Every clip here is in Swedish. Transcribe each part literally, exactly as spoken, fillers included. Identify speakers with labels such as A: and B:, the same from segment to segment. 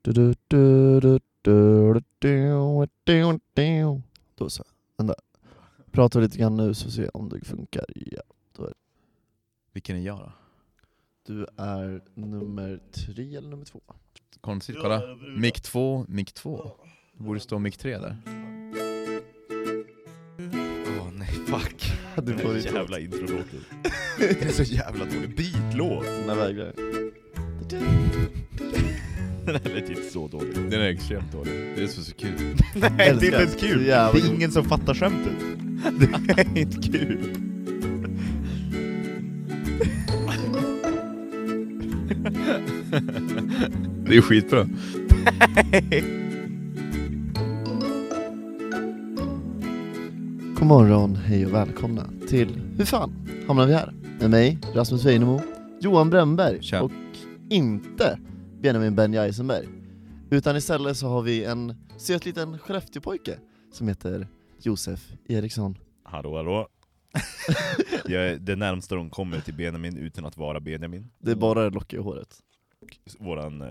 A: Du, du, du, du, du, du, du, du. Då så. Vänta. Pratar vi lite grann nu så ser jag om det funkar. Ja, då är det.
B: Vilken är jag då?
A: Du är nummer tre eller nummer två?
B: Konstigt, kolla. Mic två, mic två. Det borde stå mic tre där.
C: Åh oh, nej, fuck.
A: Du får ju
C: jävla introlåten. Det är så jävla dålig beatlåt.
A: Nej, vägrar.
C: Den här lät inte så dålig.
B: Den är extremt dålig. Det är så, så kul.
C: Nej, det är inte ens kul. Det är ingen som fattar skämtet. Det är inte kul.
B: Det är skitbra.
A: God morgon, hej och välkomna till Hur fan hamnar vi här? Med mig, Rasmus Weinemo, Johan Brännberg
B: Tja.
A: och inte Benjamin Ben Eisenberg. Utan istället så har vi en söt liten Skellefteåpojke som heter Josef Eriksson.
C: Hallå, hallå. Jag är det närmsta de kommer till Benjamin utan att vara Benjamin.
A: Det är bara det lockiga håret.
C: Våran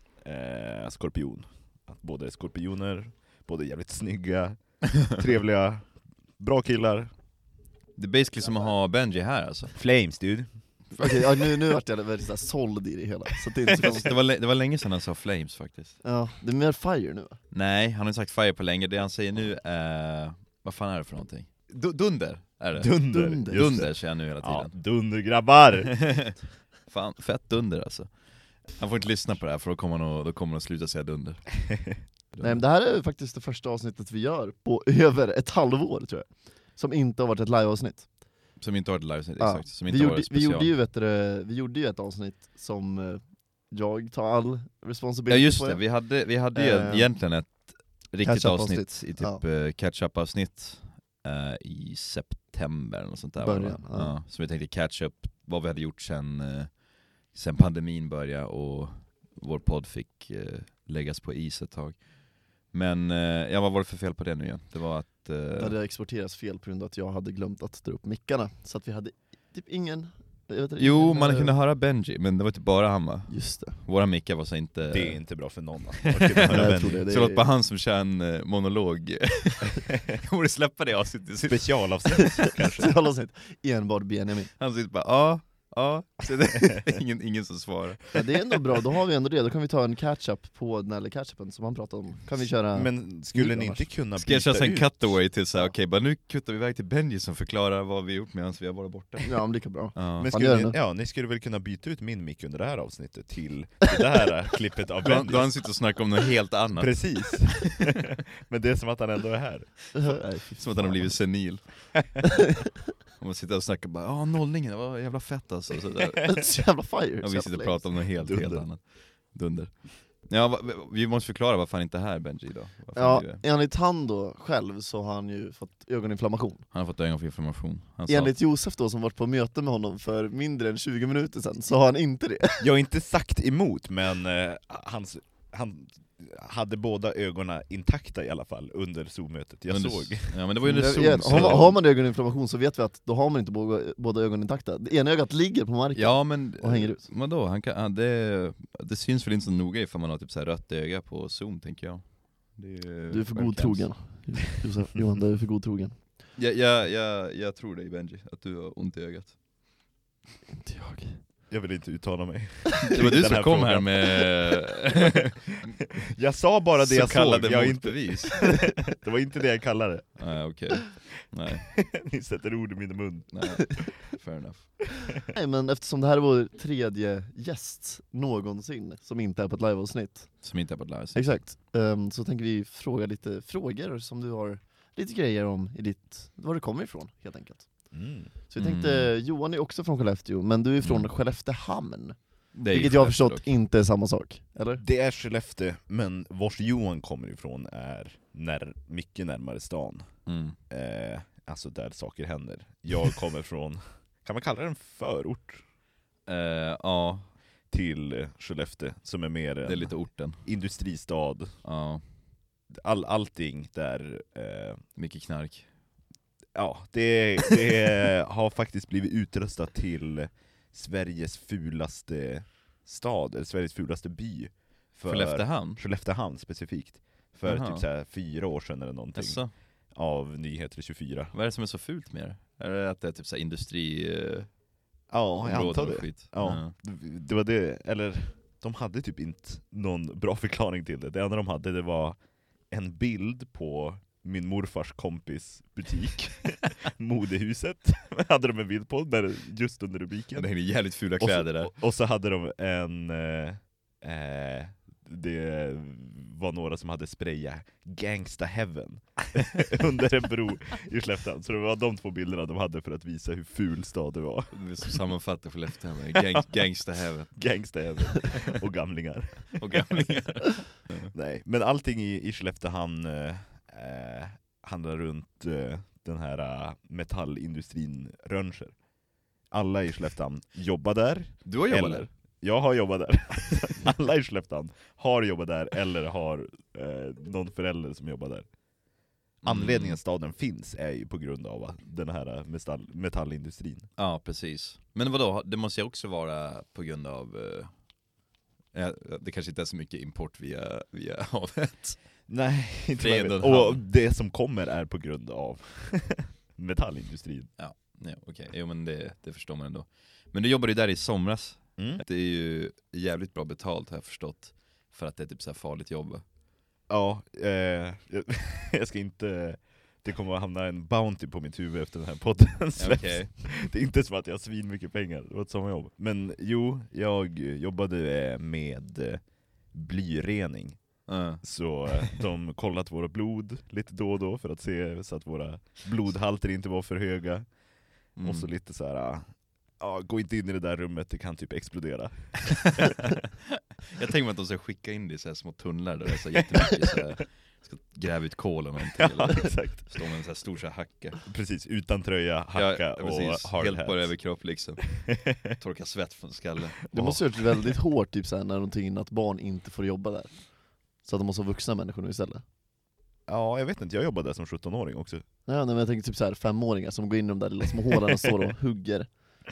C: eh, skorpion. Att både skorpioner, både jävligt snygga, trevliga, bra killar.
B: Det är basically som att ha Benji här alltså.
C: Flames, dude.
A: Okej, ja, nu, nu vart jag väldigt så här såld i det hela. Så det, är inte så konstigt.
B: Det var, det var länge sedan han sa Flames faktiskt.
A: Ja, det är mer fire nu va?
B: Nej, han har inte sagt Fire på länge. Det han säger nu är... Vad fan är det för någonting? D- dunder är det.
C: Dunder.
A: Dunder.
C: Just
B: Dunder
C: det.
B: säger jag nu hela
C: Ja,
B: tiden.
C: dunder grabbar.
B: Fan, fett dunder alltså. Han får inte lyssna på det här för då kommer han att, då kommer han att sluta säga dunder.
A: Nej, men det här är faktiskt det första avsnittet vi gör på över ett halvår tror jag. Som inte har varit ett live-avsnitt.
B: Som inte har ett livesnitt,
A: Ja.
B: exakt. Som
A: Vi
B: inte har
A: gjorde,
B: varit
A: vi,
B: special.
A: gjorde ju, vet du, vi gjorde ju ett avsnitt som eh, jag tar all
B: Ja
A: responsibility
B: just
A: på.
B: det, vi hade, vi hade ju
A: Eh,
B: egentligen ett riktigt
A: catch-up-avsnitt.
B: avsnitt i typ
A: Ja.
B: ja. catch-up-avsnitt eh, i september eller något sånt där.
A: Början,
B: var det,
A: ja.
B: ja. Så vi tänkte catch-up vad vi hade gjort sen, eh, sen pandemin började och vår podd fick eh, läggas på is ett tag. Men eh, ja, vad var det för fel på det nu igen? Det var att... Eh,
A: Det hade exporterats fel på grund av att jag hade glömt att dra upp mickarna. Så att vi hade typ ingen... Jag vet inte,
B: jo,
A: ingen,
B: man
A: eh,
B: kunde höra Benji, men det var inte bara han va?
A: Just det.
B: Våra mickar var så inte...
C: Det är inte bra för någon.
A: Nej, jag tror det. det
B: Så låt
A: är...
B: bara han som kör en eh, monolog. Jag borde släppa det avsnittet.
C: Specialavsnitt kanske.
A: Specialavsnitt. Enbart Benjamin.
B: Han sitter bara, ja, ja. Så det är ingen, ingen som svarar.
A: Ja, det är ändå bra, då har vi ändå det. Då kan vi ta en catch-up på den här catch-upen som han pratade om. Kan vi köra...
C: Men skulle ni
A: annars.
C: inte kunna
B: Ska jag köra
C: byta
B: en
C: ut?
B: cutaway till såhär, okej, okay, bara nu kuttar vi iväg till Benji som förklarar vad vi gjort medan vi har varit borta.
A: Ja, men lika bra.
B: Ja.
C: Men
A: Fan,
C: skulle
A: gör
C: ni,
A: det nu.
C: ja, ni skulle väl kunna byta ut min mick under det här avsnittet till det här klippet av
B: Då, han-
C: Benji.
B: då han sitter och snackar om något helt annat.
C: Precis. Men det är som att han ändå är här.
A: Nej, fy
B: Som att han har
A: fan.
B: blivit senil. Och man sitter och snackar bara, ja nollningen, det var jävla fett alltså. Så där.
A: Så jävla fire.
B: Och
A: så
B: vi sitter
A: jävla
B: och pratar om något helt, helt
C: Dunder.
B: annat. Dunder. Ja, va- vi måste förklara varför han inte är här, Benji då. Varför
A: Ja,
B: han är-
A: enligt han då själv så har han ju fått ögoninflammation.
B: Han har fått ögoninflammation. Han sa,
A: Enligt Josef då som varit på möte med honom för mindre än tjugo minuter sedan så har han inte det.
C: Jag har inte sagt emot, men eh, hans, han hade båda ögonen intakta i alla fall under Zoom-mötet. Jag
B: under-
C: såg.
B: Ja men det var ju under
A: Jag
B: Zoom.
A: vet,
B: så-
A: har, man, har man ögoninflammation så vet vi att då har man inte båda, båda ögonen intakta. Det ena ögat ligger på marken.
B: Ja men,
A: Och hänger ut.
B: vadå? Han kan, han, det, det syns väl inte så noga ifall man har typ så här rött öga på Zoom, tänker jag. Det är,
A: Du är för
B: vem
A: godtrogen. Josef, Johan, du är för godtrogen.
B: Jag, jag, jag, jag tror dig Benji, att du har ont i ögat.
A: Inte jag.
C: Jag vill inte uttala mig.
B: Det var du
C: Den
B: som
C: här
B: kom
C: frågan.
B: här med
C: Jag sa bara det
B: så
C: jag såg.
B: kallade
C: Jag inte,
B: motbevis.
C: det var inte det jag kallade det.
B: Nej okej, nej,
C: Ni sätter ord i min mun.
B: nej, fair enough.
A: Nej, men eftersom det här är vår tredje gäst någonsin som inte är på ett liveavsnitt.
B: Som inte är på ett lära sig.
A: Exakt. Um, så tänker vi fråga lite frågor som du har lite grejer om i ditt, var du kommer ifrån helt enkelt.
C: Mm.
A: Så jag tänkte,
B: Mm.
A: Johan är också från Skellefteå, men du är från
B: Mm.
A: Skelleftehamn.
B: Det är ju
A: Vilket jag har
B: Skellefteå
A: förstått
B: dock.
A: inte är samma sak, eller?
C: Det är Skellefteå, men vars Johan kommer ifrån är när, mycket närmare stan.
B: Mm.
C: Eh, alltså där saker händer. Jag kommer från, kan man kalla det en förort
B: Eh, ja,
C: till Skellefteå, som är mer
B: det är
C: en
B: lite orten.
C: industristad.
B: Ja,
C: All, allting där, eh,
B: mycket knark.
C: ja, det, det har faktiskt blivit utröstat till Sveriges fulaste stad, eller Sveriges fulaste by.
B: För Skelleftehamn?
C: Skelleftehamn specifikt. För
B: Aha.
C: typ så här fyra år sedan eller någonting.
B: Jaså?
C: Av Nyheter tjugofyra.
B: Vad är det som är så fult med det? Är det att det är typ så här industri... Eh,
C: Ja, jag antar
B: och
C: det.
B: skit?
C: Ja, det var det. Eller, de hade typ inte någon bra förklaring till det. Det enda de hade, det var en bild på min morfars kompis butik. Modehuset. Hade de en bild på, där, just under rubriken.
B: Det hängde jävligt fula kläder där.
C: Och så, och så hade de en... Eh, eh, det var några som hade sprayat Gangsta Heaven under en bro i Skelleftehamn. Så det var de två bilderna de hade för att visa hur ful stad det var.
B: Det är som sammanfattar för Skelleftehamn. Gang, Gangsta Heaven.
C: Gangsta Heaven. Och gamlingar.
B: Och gamlingar.
C: Nej, men allting i, i Skelleftehamn eh, handlar runt eh, den här uh, metallindustrin Rönnskär. Alla i Skelleftehamn jobbar där.
B: Du har jobbat
C: eller,
B: där?
C: Jag har jobbat där. Alla i Skelleftehamn har jobbat där eller har eh, någon förälder som jobbar där. Anledningen
B: Mm.
C: staden finns är ju på grund av den här metall, metallindustrin.
B: Ja, precis. Men vadå, det måste ju också vara på grund av... Eh, det kanske inte är så mycket import via, via havet.
C: Nej, inte
B: Det är
C: vad jag vet.
B: ändå en
C: Och
B: hamn.
C: det som kommer är på grund av metallindustrin.
B: Ja, nej, okej. Jo, men det, det förstår man ändå. Men du jobbade ju där i somras.
C: Mm.
B: Det är ju jävligt bra betalt, har jag förstått. För att det är typ så här farligt jobb.
C: Ja, eh, jag, jag ska inte... Det kommer att hamna en bounty på mitt huvud efter den här podden släpps.
B: Okej.
C: Det är inte som att jag har svin mycket pengar, det var ett sommarjobb. Men jo, jag jobbade med blyrening.
B: Uh.
C: Så de kollat våra blod lite då och då för att se så att våra blodhalter inte var för höga.
B: Mm.
C: Och så lite så här, ja, gå inte in i det där rummet, det kan typ explodera.
B: Jag tänker mig att de ska skicka in det i så här små tunnlar där det är så här jättemycket så här, ska gräva ut kol eller någonting.
C: Ja,
B: Eller
C: exakt.
B: stå med en så här stor så här hacka.
C: Precis, utan tröja, hacka
B: Ja,
C: och
B: precis.
C: hard
B: Helt
C: hat.
B: bara över kropp liksom. Torka svett från skallen.
A: Det måste ha varit väldigt hårt typ, såhär, när de tog in att barn inte får jobba där. Så att de måste vara vuxna människor nu istället.
C: Ja, jag vet inte, jag jobbade där som sjuttonåring också.
A: Ja, nej, men jag tänker typ såhär femåringar som går in i de där lilla små hålen och står och hugger.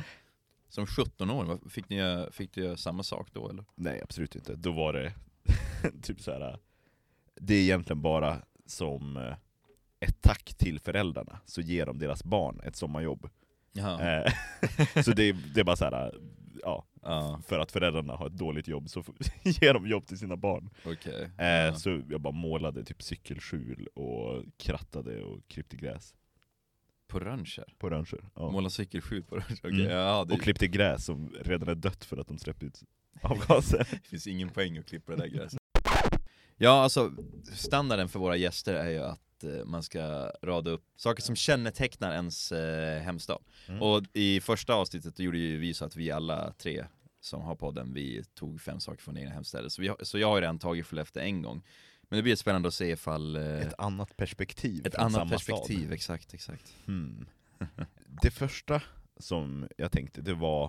B: Som sjutton år, fick ni göra, fick du göra samma sak då eller?
C: Nej, absolut inte. Då var det typ så här. Det är egentligen bara som eh, ett tack till föräldrarna, så ger de deras barn ett sommarjobb.
B: Jaha.
C: Eh, så det är, det är bara så här, ja,
B: Ja,
C: för att föräldrarna har ett dåligt jobb så får- ger de jobb till sina barn.
B: okej.
C: Eh,
B: Ja.
C: Så jag bara målade typ cykelskjul och krattade och klippte gräs
B: På Rönnskär?
C: på Rönnskär. Ja.
B: Måla cykelskjul på Rönnskär? Okej,
C: Mm.
B: ja, det,
C: Och klippte gräs som redan är dött för att de släppte ut avgaser.
B: det finns ingen poäng att klippa det där gräset. Ja, alltså standarden för våra gäster är ju att eh, man ska rada upp saker som kännetecknar ens eh, hemstad.
C: Mm.
B: Och i första avsnittet gjorde ju vi så att vi alla tre som har podden, vi tog fem saker från egna hemstäder. Så, vi har, så jag har ju redan tagit Skellefteå en gång. Men det blir spännande att se ifall... Eh,
C: Ett annat perspektiv.
B: ett
C: från
B: annat
C: samma
B: perspektiv,
C: stad.
B: exakt, exakt.
C: Hmm. Det första som jag tänkte, det var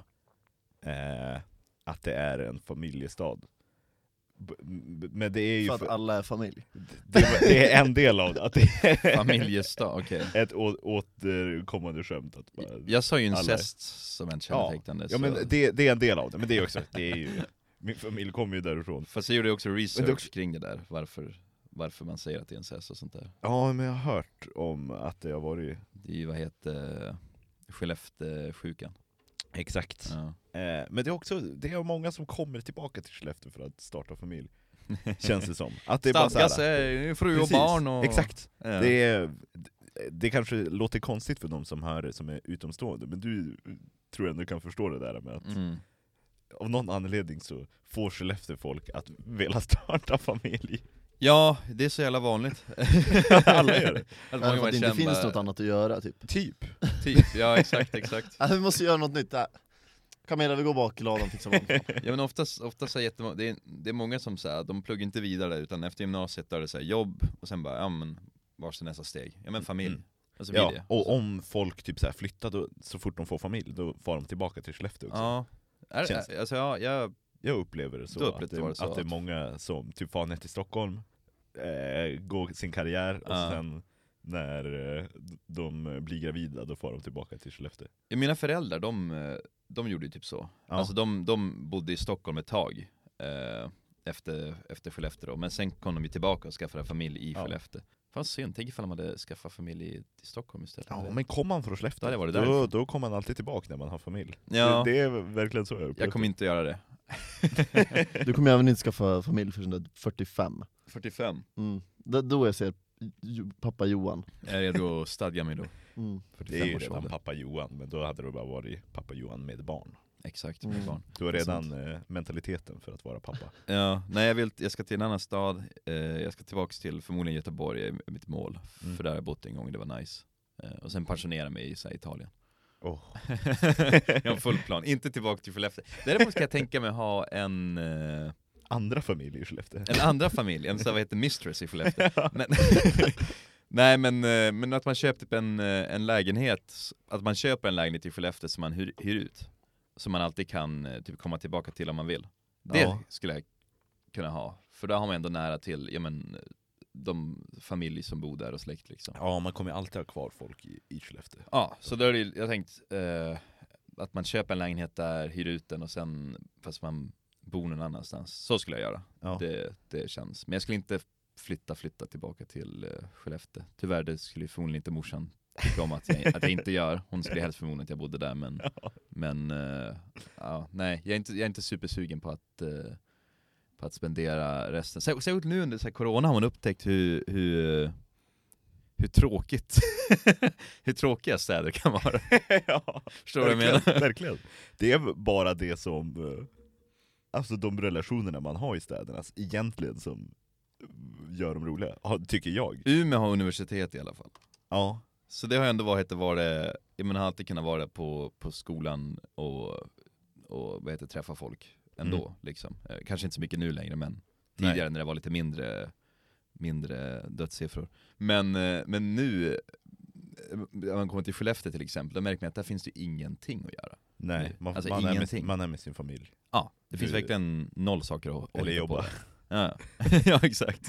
C: eh, att det är en familjestad. B- b- Men det är ju
A: För att
C: för,
A: alla är familj.
C: det, det är en del av det, att det är
B: Familjestad, okej.
C: ett å, återkommande skämt. Att bara,
B: Jag sa ju
C: Alla.
B: incest som en kännetecknande.
C: ja, men
B: så-
C: det, det är en del av det, men det är också, det är ju, min familj kommer ju därifrån.
B: Fast jag gjorde också research
C: Men det också-
B: kring det där, varför, varför man säger att det är incest och sånt där.
C: Ja, men jag har hört om att det har varit
B: Det är ju, vad heter Skellefteå-sjukan.
C: exakt.
B: Ja.
C: Eh, men det är också, det är många som kommer tillbaka till Skellefteå för att starta familj. Känns det som. Att det är bara så
B: Stadga
C: här,
B: sig, fru och
C: precis,
B: barn och...
C: exakt.
B: Ja.
C: Det, är, det kanske låter konstigt för de som hör det som är utomstående, men du tror jag ändå kan förstå det där med att
B: Mm.
C: av någon anledning så får Skellefteå folk att vilja starta familj.
B: Ja, det är så jävla vanligt.
C: Alla gör det.
B: Att
A: Ja,
B: många
A: för
B: man
A: att det inte
B: känner
A: finns
B: bara-
A: något annat att göra typ.
C: Typ.
B: Typ, ja exakt, exakt.
A: Ja, vi måste göra något nytt där. Camilla, vi går bak i ladan och fixar barn.
B: Ja, men oftast, oftast är jättemånga, det, är, det är många som säger de pluggar inte vidare, utan efter gymnasiet då är det så här, jobb, och sen bara, ja men, vars är nästa steg? Ja men familj.
C: Mm.
B: Och så blir
C: Ja,
B: det.
C: och om folk typ så här flyttar då, så fort de får familj, då får de tillbaka till Skellefteå också.
B: Ja, är,
C: Känns-
B: är, alltså ja, jag,
C: Jag upplever det så,
B: Du upplevde
C: att, det,
B: det så
C: att det är
B: att-
C: många som typ far ner till Stockholm, eh, går sin karriär och
B: Ja.
C: sen när eh, de blir gravida då får de tillbaka till Skellefteå.
B: ja, mina föräldrar, de, eh, de gjorde ju typ så.
C: Ja.
B: Alltså de, de bodde i Stockholm ett tag. Eh, efter, efter Skellefteå då. Men sen kom de ju tillbaka och skaffade familj i
C: Ja.
B: Skellefteå. Fan synd, tänk ifall de hade skaffat familj i, i Stockholm istället.
C: Ja, men kom man från Skellefteå,
B: Ja, det var det
C: då,
B: därifrån.
C: då kommer man alltid tillbaka när man har familj.
B: Ja.
C: Det, det är verkligen så jag upplever
B: Jag kommer inte göra det.
A: Du kommer även inte skaffa familj för sådär fyrtiofem.
B: fyrtiofem.
A: Mm. Då, då jag ser Jo- pappa Johan.
B: Jag är redo att stadga mig då.
A: Mm.
C: Det är ju
B: års
C: redan
B: ålder.
C: pappa Johan, men då hade det bara varit pappa Johan med barn.
B: Exakt,
A: Mm.
B: med barn.
C: Du har redan eh, mentaliteten för att vara pappa.
B: Ja, nej jag, vill, jag ska till en annan stad. Eh, jag ska tillbaka till förmodligen Göteborg, är mitt mål.
C: Mm.
B: För där har jag bott en gång, det var nice. Eh, och sen pensionera mig i så här, Italien.
C: Oh.
B: Jag har full plan, inte tillbaka till Skellefteå. Däremot ska jag tänka mig ha en, eh,
C: Andra familjer i Skellefteå.
B: en andra familj, en så här, vad heter mistress i Skellefteå. Men, nej men, eh, men att man köper typ en, eh, en lägenhet, att man köper en lägenhet i Skellefteå som man hyr, hyr ut. Som man alltid kan eh, typ komma tillbaka till om man vill. Det
C: Ja.
B: skulle jag kunna ha. För där har man ändå nära till, ja men, de familjer som bor där och släkt liksom.
C: Ja, man kommer alltid ha kvar folk i, i Skellefteå.
B: Ja, så då är det, jag tänkt eh, att man köper en lägenhet där, hyr ut den och sen, fast man bor någon annanstans. Så skulle jag göra.
C: Ja.
B: Det, det känns. Men jag skulle inte flytta, flytta tillbaka till eh, Skellefteå. Tyvärr, det skulle ju förmodligen inte morsan tycka om att jag, att jag inte gör. Hon skulle helst förmodligen att jag bodde där, men, men eh, ja, nej, jag är, inte, jag är inte supersugen på att eh, på att spendera resten. Särskilt nu under så här, corona har man upptäckt hur, hur, hur tråkigt hur tråkiga städer kan vara.
C: Ja,
B: Förstår du vad jag
C: verkligen,
B: menar?
C: verkligen. Det är bara det som, eh, alltså de relationerna man har i städerna egentligen som gör dem roliga, ja, tycker jag.
B: Umeå har universitet i alla fall.
C: Ja,
B: Så det har ändå varit, varit jag menar, har alltid kunnat vara på, på skolan och, och vad heter, träffa folk ändå.
C: Mm.
B: Liksom. Eh, Kanske inte så mycket nu längre, men tidigare
C: Nej.
B: när det var lite mindre, mindre dödssiffror. Men, eh, men nu, eh, när man kommer till Skellefteå till exempel, då märker man att där finns det ingenting att göra.
C: nej,
B: Nej,
C: man,
B: alltså
C: man, är med,
B: ingenting.
C: man är med sin familj.
B: Ja, det finns
C: Du-
B: verkligen noll saker att, att
C: Eller
B: hitta
C: jobba.
B: på. Ja, ja exakt.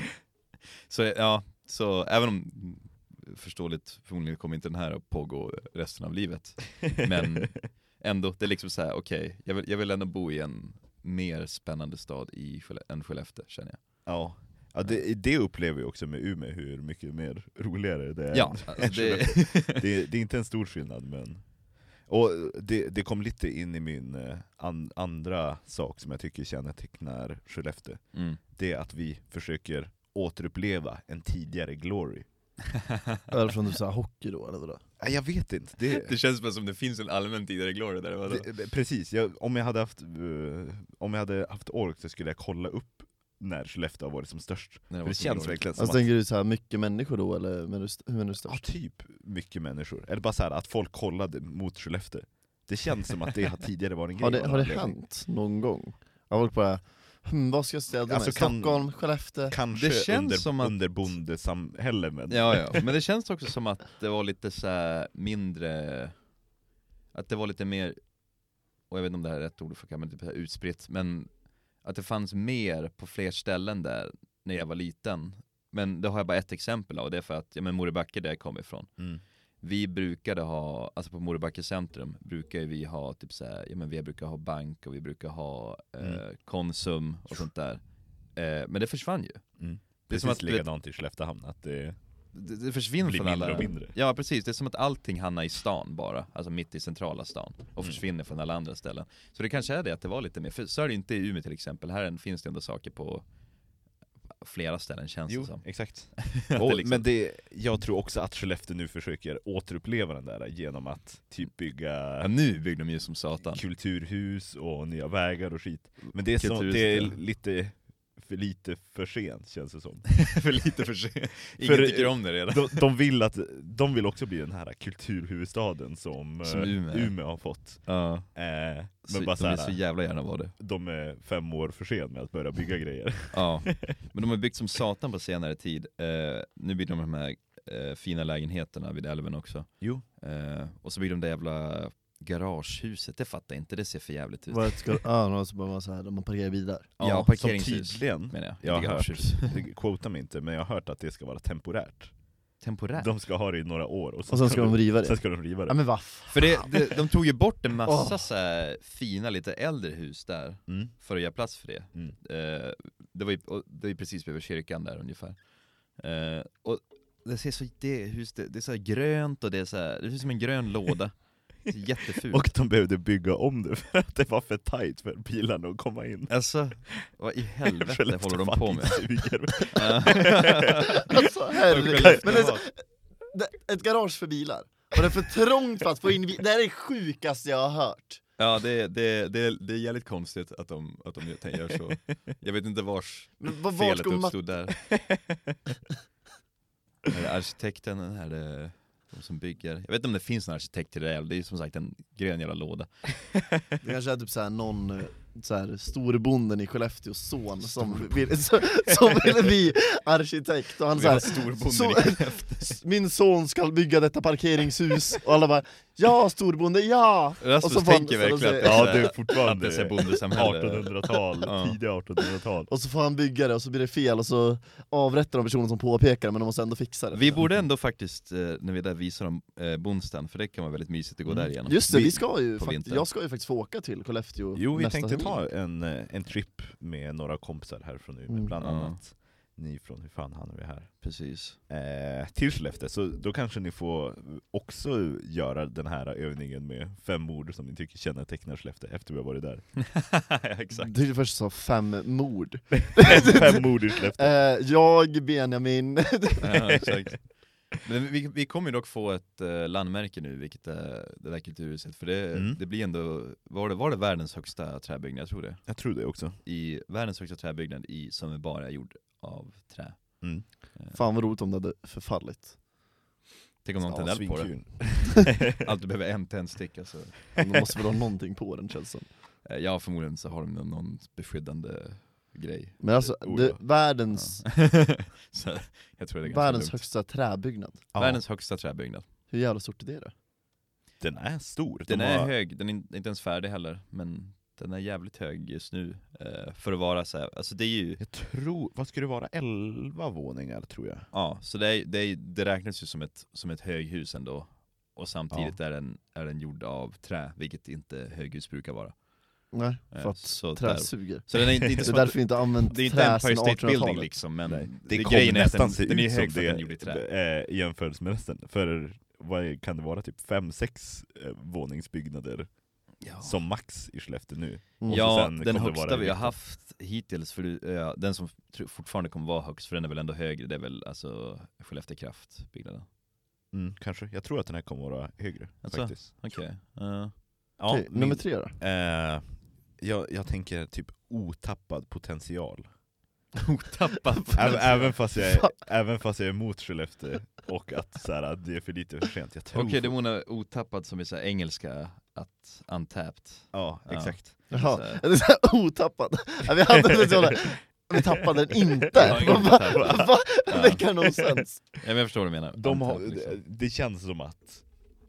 B: Så ja, så även om förståeligt förmodligen kommer inte den här att pågå resten av livet. Men ändå, det är liksom så här: okej, okay, jag, vill, jag vill ändå bo i en mer spännande stad i Skelle- än Skellefteå, känner jag.
C: Ja, ja det, det upplever jag också med Umeå, hur mycket mer roligare det är.
B: Ja,
C: än-
B: alltså
C: än
B: det,
C: Skellefteå. det, det är inte en stor skillnad, men och det, det kom lite in i min eh, an, andra sak som jag tycker kännetecknar Skellefteå.
B: mm.
C: Det är att vi försöker återuppleva en tidigare glory.
A: Är det från du sa hockey då eller vadå?
C: Nej, jag vet inte. Det,
B: Det känns bara som det finns en allmän tidigare glory där. Vadå?
C: det, precis, jag, om, jag hade haft, uh, om jag hade haft ork så skulle jag kolla upp när Skellefteå har varit som störst.
B: När
C: För
B: var
C: det
B: som
C: känns
B: glory.
C: verkligen som
A: Alltså
C: att,
A: tänker du så här mycket människor då eller men du, hur menar du
C: ja,
A: störst?
C: typ mycket människor. Eller bara så här att folk kollade mot Skellefteå. Det känns som att det har tidigare varit en grej.
A: Har det,
C: av
A: har det
C: någon anledning.
A: hänt någon gång? Jag har bara, hmm, vad ska jag ställa
C: Alltså,
A: mig?
C: kan-
A: Stockholm, Skellefteå?
C: Kanske
B: Det känns
C: under,
B: som att-
C: under bondesamhälle, men
B: Ja, ja, men det känns också som att det var lite så här mindre, att det var lite mer, och jag vet inte om det här är rätt ord för kan typ så här utspritt, men att det fanns mer på fler ställen där när jag var liten. Men det har jag bara ett exempel av, och det är för att, ja men Moribacke där jag kommer ifrån.
C: mm.
B: Vi brukade ha, alltså på Moribacke centrum brukar ju vi ha typ så här, ja men vi brukar ha bank och vi brukar ha eh,
C: Mm.
B: Konsum och sånt där. Eh, men det försvann ju.
C: Mm.
B: Det är
C: Precis
B: som att du vet,
C: likadant i Skelleftehamn, att det
B: det, det försvinner
C: blir
B: från
C: mindre
B: alla.
C: och mindre.
B: Ja precis, det är som att allting hamnar i stan bara, alltså mitt i centrala stan, och
C: Mm.
B: försvinner från alla andra ställen. Så det kanske är det att det var lite mer, för så är det inte i Umeå till exempel, här finns det ändå saker på flera ställen känns
C: Jo,
B: det som.
C: exakt.
B: Att
C: Och,
B: det liksom-
C: Men det, jag tror också att Skellefteå nu försöker återuppleva den där genom att typ bygga
B: Ja, nu byggde de ju som satan.
C: kulturhus och nya vägar och skit. Men det är, så,
B: Kulturhuset,
C: det är
B: ja.
C: lite, för lite för sent, känns det som.
B: För lite för sent. Ingen
C: För-
B: tycker om det redan.
C: De, de vill att de vill också bli den här kulturhuvudstaden som,
B: Som
C: eh,
B: Umeå.
C: Umeå har fått.
B: Ja.
C: Eh,
B: Så,
C: men bara
B: de
C: så
B: vill så
C: här,
B: jävla gärna vara det.
C: de är fem år för sent med att börja bygga grejer.
B: Ja. Men de har byggt som satan på senare tid. Eh, nu bygger de de här eh, fina lägenheterna vid älven också.
C: Jo.
B: Eh, och så bygger de det jävla garagehuset, det fattar jag inte, det ser för jävligt ut.
A: Var det ska, ah, någon som bara var så här, man parkerar bilar.
B: Ja,
C: som
B: parkeringshus
C: tydligen,
B: menar jag.
C: jag har
B: Inte
C: hört,
B: garagehus.
C: det quotar mig inte, men jag har hört att det ska vara temporärt.
B: temporärt.
C: De ska ha det i några år och,
A: Och sen ska de riva det.
C: Sen ska de riva det.
A: Ja men vad
B: För det, det, de tog ju bort en massa
A: Oh.
B: så här fina, lite äldre hus där
C: Mm.
B: för att göra plats för det.
C: Mm.
B: Eh, det var ju och det är precis bredvid kyrkan där ungefär. Eh, och det ser så det hus det, det är så här grönt och det är så här, det är som en grön låda. Det är jättefult.
C: Och de behövde bygga om det för att det var för tajt för bilarna att komma in.
B: Alltså, vad i helvete håller de på med?
C: Suger.
A: Alltså herregud. Men det är så,
B: Ja.
A: det, ett garage för bilar. Och det är för trångt för att få in bil. Det är det sjukaste jag har hört.
B: Ja, det, det, det, det är jävligt konstigt att de, att de gör så. Jag vet inte vars
A: Men vad- vart
B: felet
A: ska man-
B: uppstod där. Är det arkitekten, är det de som bygger? Jag vet inte om det finns någon arkitekt till det här. Det är ju som sagt en grön jävla låda.
A: Det kanske är typ såhär någon eh, såhär, storbonden i Skellefteås son som vill, så, som vill bli arkitekt. Och han
B: Vi har
A: såhär,
B: storbonden
A: så,
B: i Skellefteå.
A: min son ska bygga detta parkeringshus. Och alla bara, ja storbonde, ja!
B: Rasmus
A: och så får han-
B: tänker
A: så-
B: verkligen
A: så-
B: att
C: Ja,
B: det
C: det är
B: är
C: fortfarande
B: att det är bondesamhälle.
C: artonhundratal,
B: Ja.
C: tidiga artonhundratal.
A: Och så får han bygga det och så blir det fel och så avrättar de personen som påpekar, men de måste ändå fixa det.
B: Vi borde ändå faktiskt, eh, när vi är där, visa dem eh, Bonstan, för det kan vara väldigt mysigt att gå
C: Mm.
B: där igenom.
A: Just det,
C: Vi-
A: vi ska ju
B: på
A: fakt-
B: vintern.
A: jag ska ju faktiskt få åka till Skellefteå.
C: Jo, vi
A: nästa
C: tänkte
A: termin.
C: ta en, eh, en trip med några kompisar härifrån Umeå,
A: Mm.
C: bland
B: Ja.
C: annat ni från Hur fan han är vi här.
B: Precis.
C: Eh, till Skellefteå, så då kanske ni får också göra den här övningen med fem ord som ni tycker kännetecknar Skellefteå efter vi har varit där.
B: Ja, exakt.
A: Du först sa fem mord.
C: Fem ord i Skellefteå.
A: Eh, jag, Benjamin.
B: Ja, exakt. Men vi, vi kommer ju dock få ett uh, landmärke nu, vilket är det där kulturhuset. För det,
C: Mm.
B: det blir ändå, var det, var det världens högsta träbyggnad, jag tror det.
C: Jag tror det också.
B: I världens högsta träbyggnad i, som är bara gjord av trä.
C: Mm.
B: Eh,
A: Fan vad roligt om det hade förfallit.
B: Tänk om någon tänder eld på det.
C: svinkul.
B: Allt du behöver en tändstick alltså.
A: De måste väl ha någonting på den, känns som.
B: Eh, Ja, förmodligen så har de någon, någon beskyddande grej.
A: Men alltså,
C: Oh,
A: det,
C: ja.
A: världens,
B: Så, jag tror det är ganska
A: världens
B: lugnt.
A: högsta träbyggnad.
C: Ja,
B: Världens högsta träbyggnad.
A: Hur jävla stort är det då?
C: den är stor.
B: Den
C: De
B: är
C: har-
B: hög, den är in- inte ens färdig heller, men den är jävligt hög just nu. Eh, för att vara så här, alltså det är ju,
C: Jag tror, vad ska det vara, elva våningar tror jag.
B: ja, så det, är, det, är, det räknas ju som ett, som ett höghus ändå. Och samtidigt är, den, är den gjord av trä, vilket inte höghus brukar vara.
A: Nej,
B: Eh,
A: för att
B: så
A: trä
B: där-
A: suger.
B: Så den är inte, inte
A: Det är
B: som
A: därför
B: att,
A: vi inte använt
B: det är inte
A: trä
B: en
A: sedan
B: Empire State Building
A: artonhundratalet.
B: liksom, men
C: Nej,
B: det
C: det
B: grejen
C: kommer
B: är att
C: nästan
B: den,
C: se
B: den är
C: ut
B: hög
C: som
B: för
C: det,
B: att den är gjord i trä.
C: det, äh, jämfört med resten. För vad kan det vara, typ fem, sex eh, våningsbyggnader
B: Ja.
C: som max i Skellefteå nu.
A: Mm.
C: Och
B: Ja,
C: sen
B: den
C: kommer det
B: högsta
C: vara
B: vi har
C: lite-
B: haft hittills, för du, ja, den som tr- fortfarande kommer vara högst, för den är väl ändå högre, det är väl alltså Skellefteå Kraft-byggnaden.
C: Mm, kanske. Jag tror att den här kommer vara högre
B: Alltså?
C: faktiskt.
B: Okej. Eh,
C: Ja,
A: Okej,
C: min-
A: nummer tre då?
C: eh, jag, jag tänker typ otappad potential.
B: Otappad.
C: Även, även, fast jag är, även fast jag är emot Skellefteå och att, så här, att det är för lite för sent. Jag tror
B: Okej, det menar otappad som är så här engelska, att untapped.
C: Ja,
B: Ja.
C: exakt.
B: Så
A: Jaha,
B: här.
A: det är såhär otappad. Ja, vi hade det sådär. Vi tappade den inte.
B: Ja, ingen
A: Va?
B: tappad.
A: Va?
B: Ja.
A: Make no sense.
B: Ja, men jag förstår vad du menar.
C: De har,
B: Untapped, liksom.
C: det, det känns som att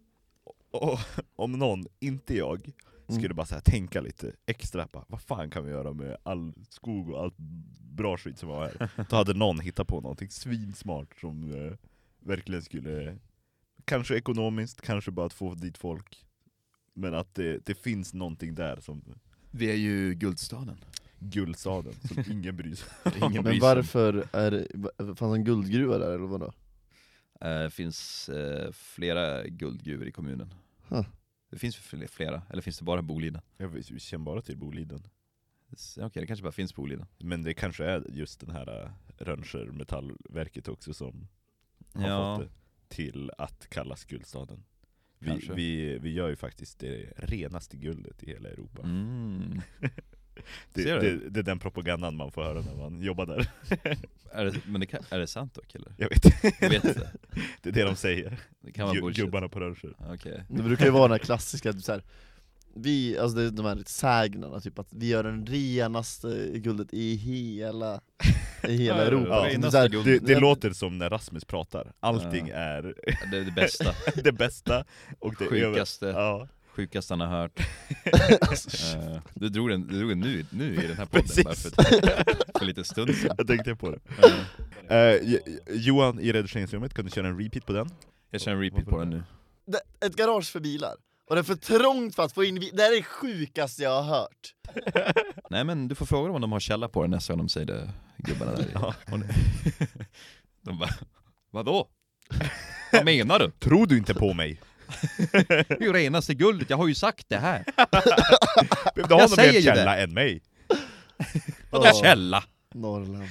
C: o- om någon, inte jag, skulle
A: Mm.
C: bara så här tänka lite extra på vad fan kan vi göra med all skog och allt bra skit som var här. Då hade någon hittat på någonting svinsmart som eh, verkligen skulle, kanske ekonomiskt, kanske bara att få dit folk, men att det, det finns någonting där som
B: Vi är ju guldstaden.
C: guldstaden som ingen bryr sig.
B: Ingen bryr
A: Men
B: sig.
A: varför är det, fanns en guldgruva där eller vadå?
B: Eh, Det finns eh, flera guldgruvor i kommunen.
A: Huh.
B: Det finns fl- flera, eller finns det bara Boliden?
C: Jag vet- vi känner bara till Boliden.
B: S- Okej, det kanske bara finns Boliden.
C: Men det kanske är just den här äh, Rönnskär metallverket också som har
B: Ja,
C: fått det till att kallas guldstaden. Vi,
B: Kanske.
C: vi, vi gör ju faktiskt det renaste guldet i hela Europa.
B: mm.
C: Det,
B: Ser du?
C: det, det är den propagandan man får höra när man jobbar där.
B: är, det, men det kan, är det sant dock eller?
C: Jag vet,
B: Jag vet inte.
C: det är det de säger.
B: Det kan vara
C: Gu-
B: bullshit.
C: Gubbarna på Rönnskär.
B: Okej.
A: Det brukar ju vara den här klassiska, typ så här, vi, alltså det är de här sägnerna, typ att vi gör den renaste guldet i hela, i hela
B: Ja,
A: Europa.
C: ja,
A: Typ
B: renaste
A: så här,
B: guld.
C: Det, det
A: Ja.
C: låter som när Rasmus pratar. Allting
B: Ja.
C: är
B: Det är det bästa.
C: det bästa och det över-
B: Sjukaste.
C: Ja,
B: Sjukaste han har hört.
A: Alltså,
B: Eh, du drog den, du drog den nu, nu i den här podden,
C: Precis.
B: bara för, för lite stund sedan.
C: jag tänkte på det.
B: Eh,
C: Eh, Johan i redigeringsrummet, kan du köra en repeat på den?
B: Jag kör en repeat på den nu.
A: Det, ett garage för bilar. Och det är för trångt för att få in... Det är det sjukaste jag har hört.
B: Nej men du får fråga dem om de har källa på den nästa gång de säger det, gubbarna där.
C: Ja.
B: De bara, vadå? Vad menar du?
C: Tror du inte på mig?
B: Det är ju renaste guldet, jag har ju sagt det här.
C: Behövde ha
B: Jag
C: någon
B: säger
C: mer
B: ju
C: källa än mig.
B: Vadå
A: Ja.
B: källa?
A: Norrland.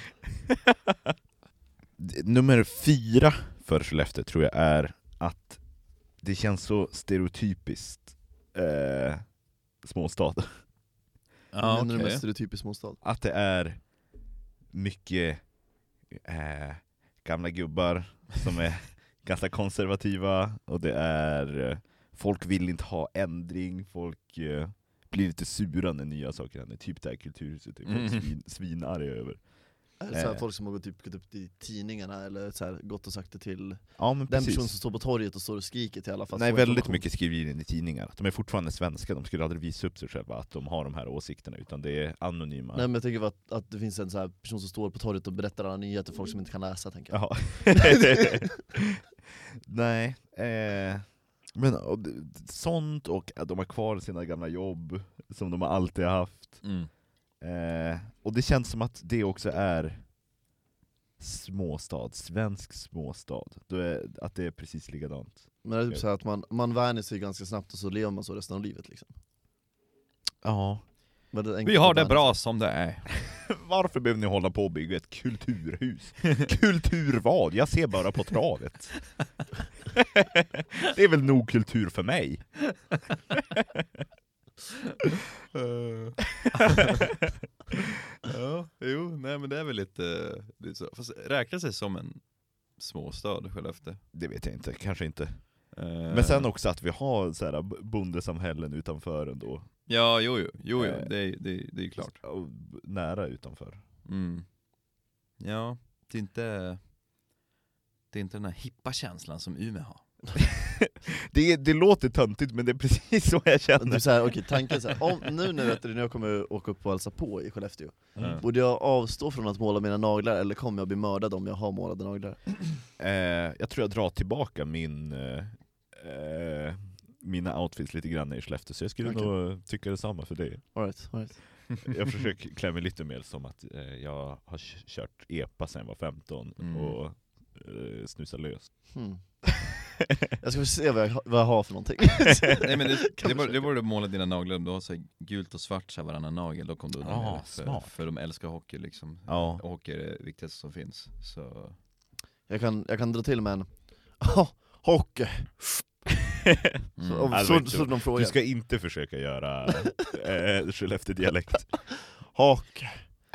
C: Nummer fyra för Skellefteå tror jag är att det känns så stereotypiskt eh, småstad.
B: Ja,
A: Men det är
B: okej.
A: mest stereotypiskt småstad.
C: Att det är mycket eh, gamla gubbar som är ganska konservativa, och det är eh, folk vill inte ha ändring, folk eh, blir lite sura när nya saker händer. Typ det här kulturhuset är folk
B: Mm.
C: svin, svinarga över.
A: Eller så här,
C: Eh.
A: folk som har gått, typ, gått upp i tidningarna eller så här, gått och sagt det till
C: Ja, men
A: den
C: precis.
A: person som står på torget och står och skriker till alla för att
C: Nej,
A: få
C: väldigt
A: information.
C: mycket skriver in i tidningar. De är fortfarande svenska, de skulle aldrig visa upp sig själva att de har de här åsikterna, utan det är anonyma.
A: Nej, men jag tänker att, att det finns en så här person som står på torget och berättar alla nyheter, folk som inte kan läsa, tänker jag.
C: Ja. Nej, eh, men och, d- sånt, och att de har kvar sina gamla jobb som de har alltid haft.
B: Mm.
C: Eh, och det känns som att det också är småstad, svensk småstad. Då är, att det är precis likadant.
A: Men det är typ så här att man, man vänjer sig ganska snabbt och så lever man så resten av livet liksom.
C: Ja.
A: Men det är enkelt
B: Vi har
A: att
B: det
A: vänja
B: bra
A: sig.
B: som det är.
C: Varför behöver ni hålla på och bygga ett kulturhus? Kultur vad? Jag ser bara på travet. Det är väl nog kultur för mig.
B: Ja, jo, nej men det är väl lite, lite så. Fast räknar sig som en småstad, Skellefteå.
C: Det vet jag inte, kanske inte.
B: Eh,
C: Men sen också att vi har så här b- bondesamhällen utanför ändå.
B: Ja, jo, jo, jo, jo.
C: Eh.
B: Det, är, det, är- det är ju klart.
C: Och b- nära utanför.
B: Mm. Ja, det är inte det är inte den här hippa känslan som Umeå har.
C: Det, det låter töntigt, men det är precis så jag
A: Men
C: känner.
A: typ så här, okej, tanken så här, om, nu när, vet du, när jag kommer åka upp och hälsa på i Skellefteå,
B: Mm.
A: borde jag avstå från att måla mina naglar eller kommer jag bli mördad om jag har målade naglar?
C: Eh, jag tror jag drar tillbaka min eh, eh, mina outfits lite grann i Skellefteå, så jag skulle
A: Okej.
C: nog tycka detsamma för dig.
A: All right, all right.
C: Jag försöker klä mig lite mer som att eh, jag har k- kört epa sen jag var femton
B: Mm.
C: och eh, snusar lös.
A: Hmm. Jag ska få se vad jag, vad jag har för någonting.
B: Nej, men det,
A: Kan
B: det, var,
A: försöka.
B: det var du måla dina naglar, om du har så här gult och svart så här varannan nagel, då kom du undan
C: Ah,
B: med det. för,
C: smart.
B: för de älskar hockey liksom.
C: Ja.
B: Och hockey är det viktigaste som finns. Så
A: Jag kan, jag kan dra till med en oh, hockey.
B: mm.
A: Så, om,
C: Alltså,
A: så, så, de
C: Du
A: frågar.
C: ska inte försöka göra eh, Skellefteå-dialekt.
A: Hockey.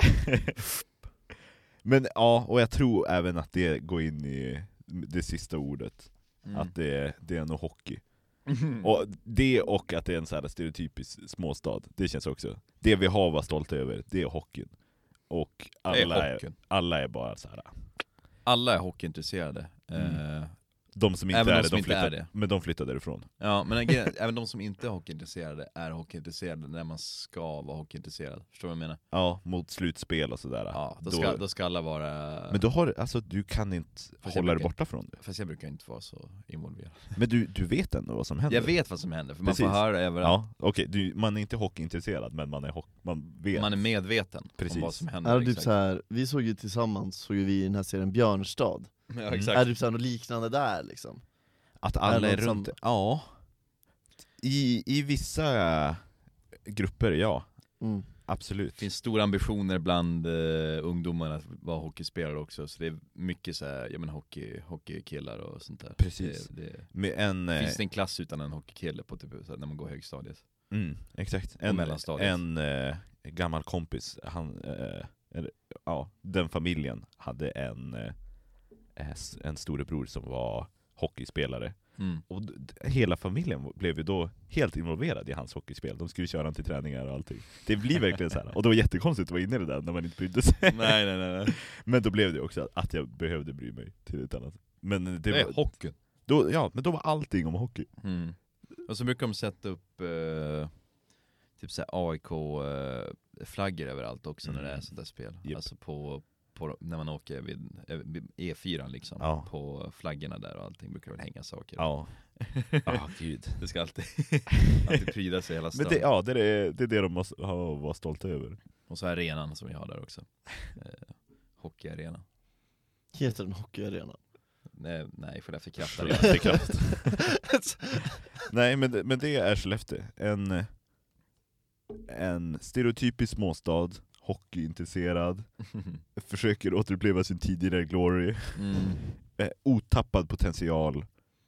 C: Men ja, och jag tror även att det går in i det sista ordet.
B: Mm.
C: Att det, det är nog hockey.
B: Mm.
C: Och det, och att det är en så här stereotypisk småstad. Det känns också. Det vi har varit stolta över, det är hockeyn. Och
B: Det
C: alla
B: är
C: är,
B: hockeyn.
C: alla är bara så här.
B: Alla är hockeyintresserade.
C: Mm.
B: Eh,
C: De som inte
B: Även
C: är
B: de
C: det,
B: som
C: de
B: inte
C: flyttar,
B: är det.
C: men de flyttar därifrån.
B: ja, men grejen- även de som inte är hockeyintresserade är hockeyintresserade när man ska vara hockeyintresserad. Förstår du vad jag menar?
C: Ja, mot slutspel och sådär.
B: Ja, då
C: Då-
B: ska, då ska alla vara...
C: Men då har, alltså, du kan inte
B: Fast jag
C: hålla dig
B: brukar-
C: borta från det.
B: Fast jag brukar inte vara så involverad.
C: Men du, du vet ändå vad som händer.
B: Jag vet vad som händer, för man
C: Precis.
B: får höra överallt.
C: Ja, okej, du, man är inte hockeyintresserad, men man, är hock, man vet.
B: Man är medveten
C: Precis.
B: om vad som
A: Är
B: händer.
A: det typ så här, vi såg ju tillsammans, såg ju vi i den här serien Björnstad.
B: Ja,
C: Mm.
B: exakt.
A: Är det typ så här något liknande där liksom?
C: Att
A: Är
C: alla
A: det
C: är
A: något
C: runt.
A: som-
C: Ja. I, I vissa grupper, ja.
A: Mm.
C: Absolut.
B: Det finns stora ambitioner bland uh, ungdomarna att vara hockeyspelare också. Så det är mycket så här, jag menar, hockey, hockeykillar och sånt där.
C: Precis.
B: Det, det,
C: Med en, eh,
B: finns det en klass utan en hockeykille på typ, så här, när man går högstadiet?
C: mm, exakt. En,
B: mellanstadiet.
C: en eh, gammal kompis, han, eh, eller, ja, den familjen hade en, eh, s- en storebror som var hockeyspelare.
B: Mm.
C: Och d- d- hela familjen blev ju då helt involverad i hans hockeyspel. De skulle köra han till träningar och allting. Det blir verkligen så här. Och det var jättekonstigt att vara inne i det där när man inte brydde sig.
B: nej, nej, nej, nej.
C: Men då blev det också att jag behövde bry mig till ett annat. Men det,
B: Det är
C: var,
B: hockeyn.
C: då, ja, men då var allting om hockey.
B: Mm. Och så brukar de sätta upp eh, typ så här A I K-flaggor överallt också när det är
C: Mm.
B: sånt där spel.
C: Japp.
B: Alltså på, på på när man åker vid, vid E fyra liksom,
C: Ja.
B: på flaggorna där och allting brukar väl hänga saker.
C: Ja. Ja, gud.
B: Det ska alltid, alltid pryda sig hela stan.
C: Men det, ja, det är det, är det de måste ha, vara stolta över.
B: Och så arenan som vi har där också. Eh, hockeyarena.
A: Heter den hockeyarena?
B: Nej, nej, för det är för kraft.
C: Skellefteå kraft. Nej, men, det- men det är Skellefteå. En, en stereotypisk småstad, hockeyintresserad, försöker återuppleva sin tidigare glory,
B: Mm.
C: eh, otappad potential,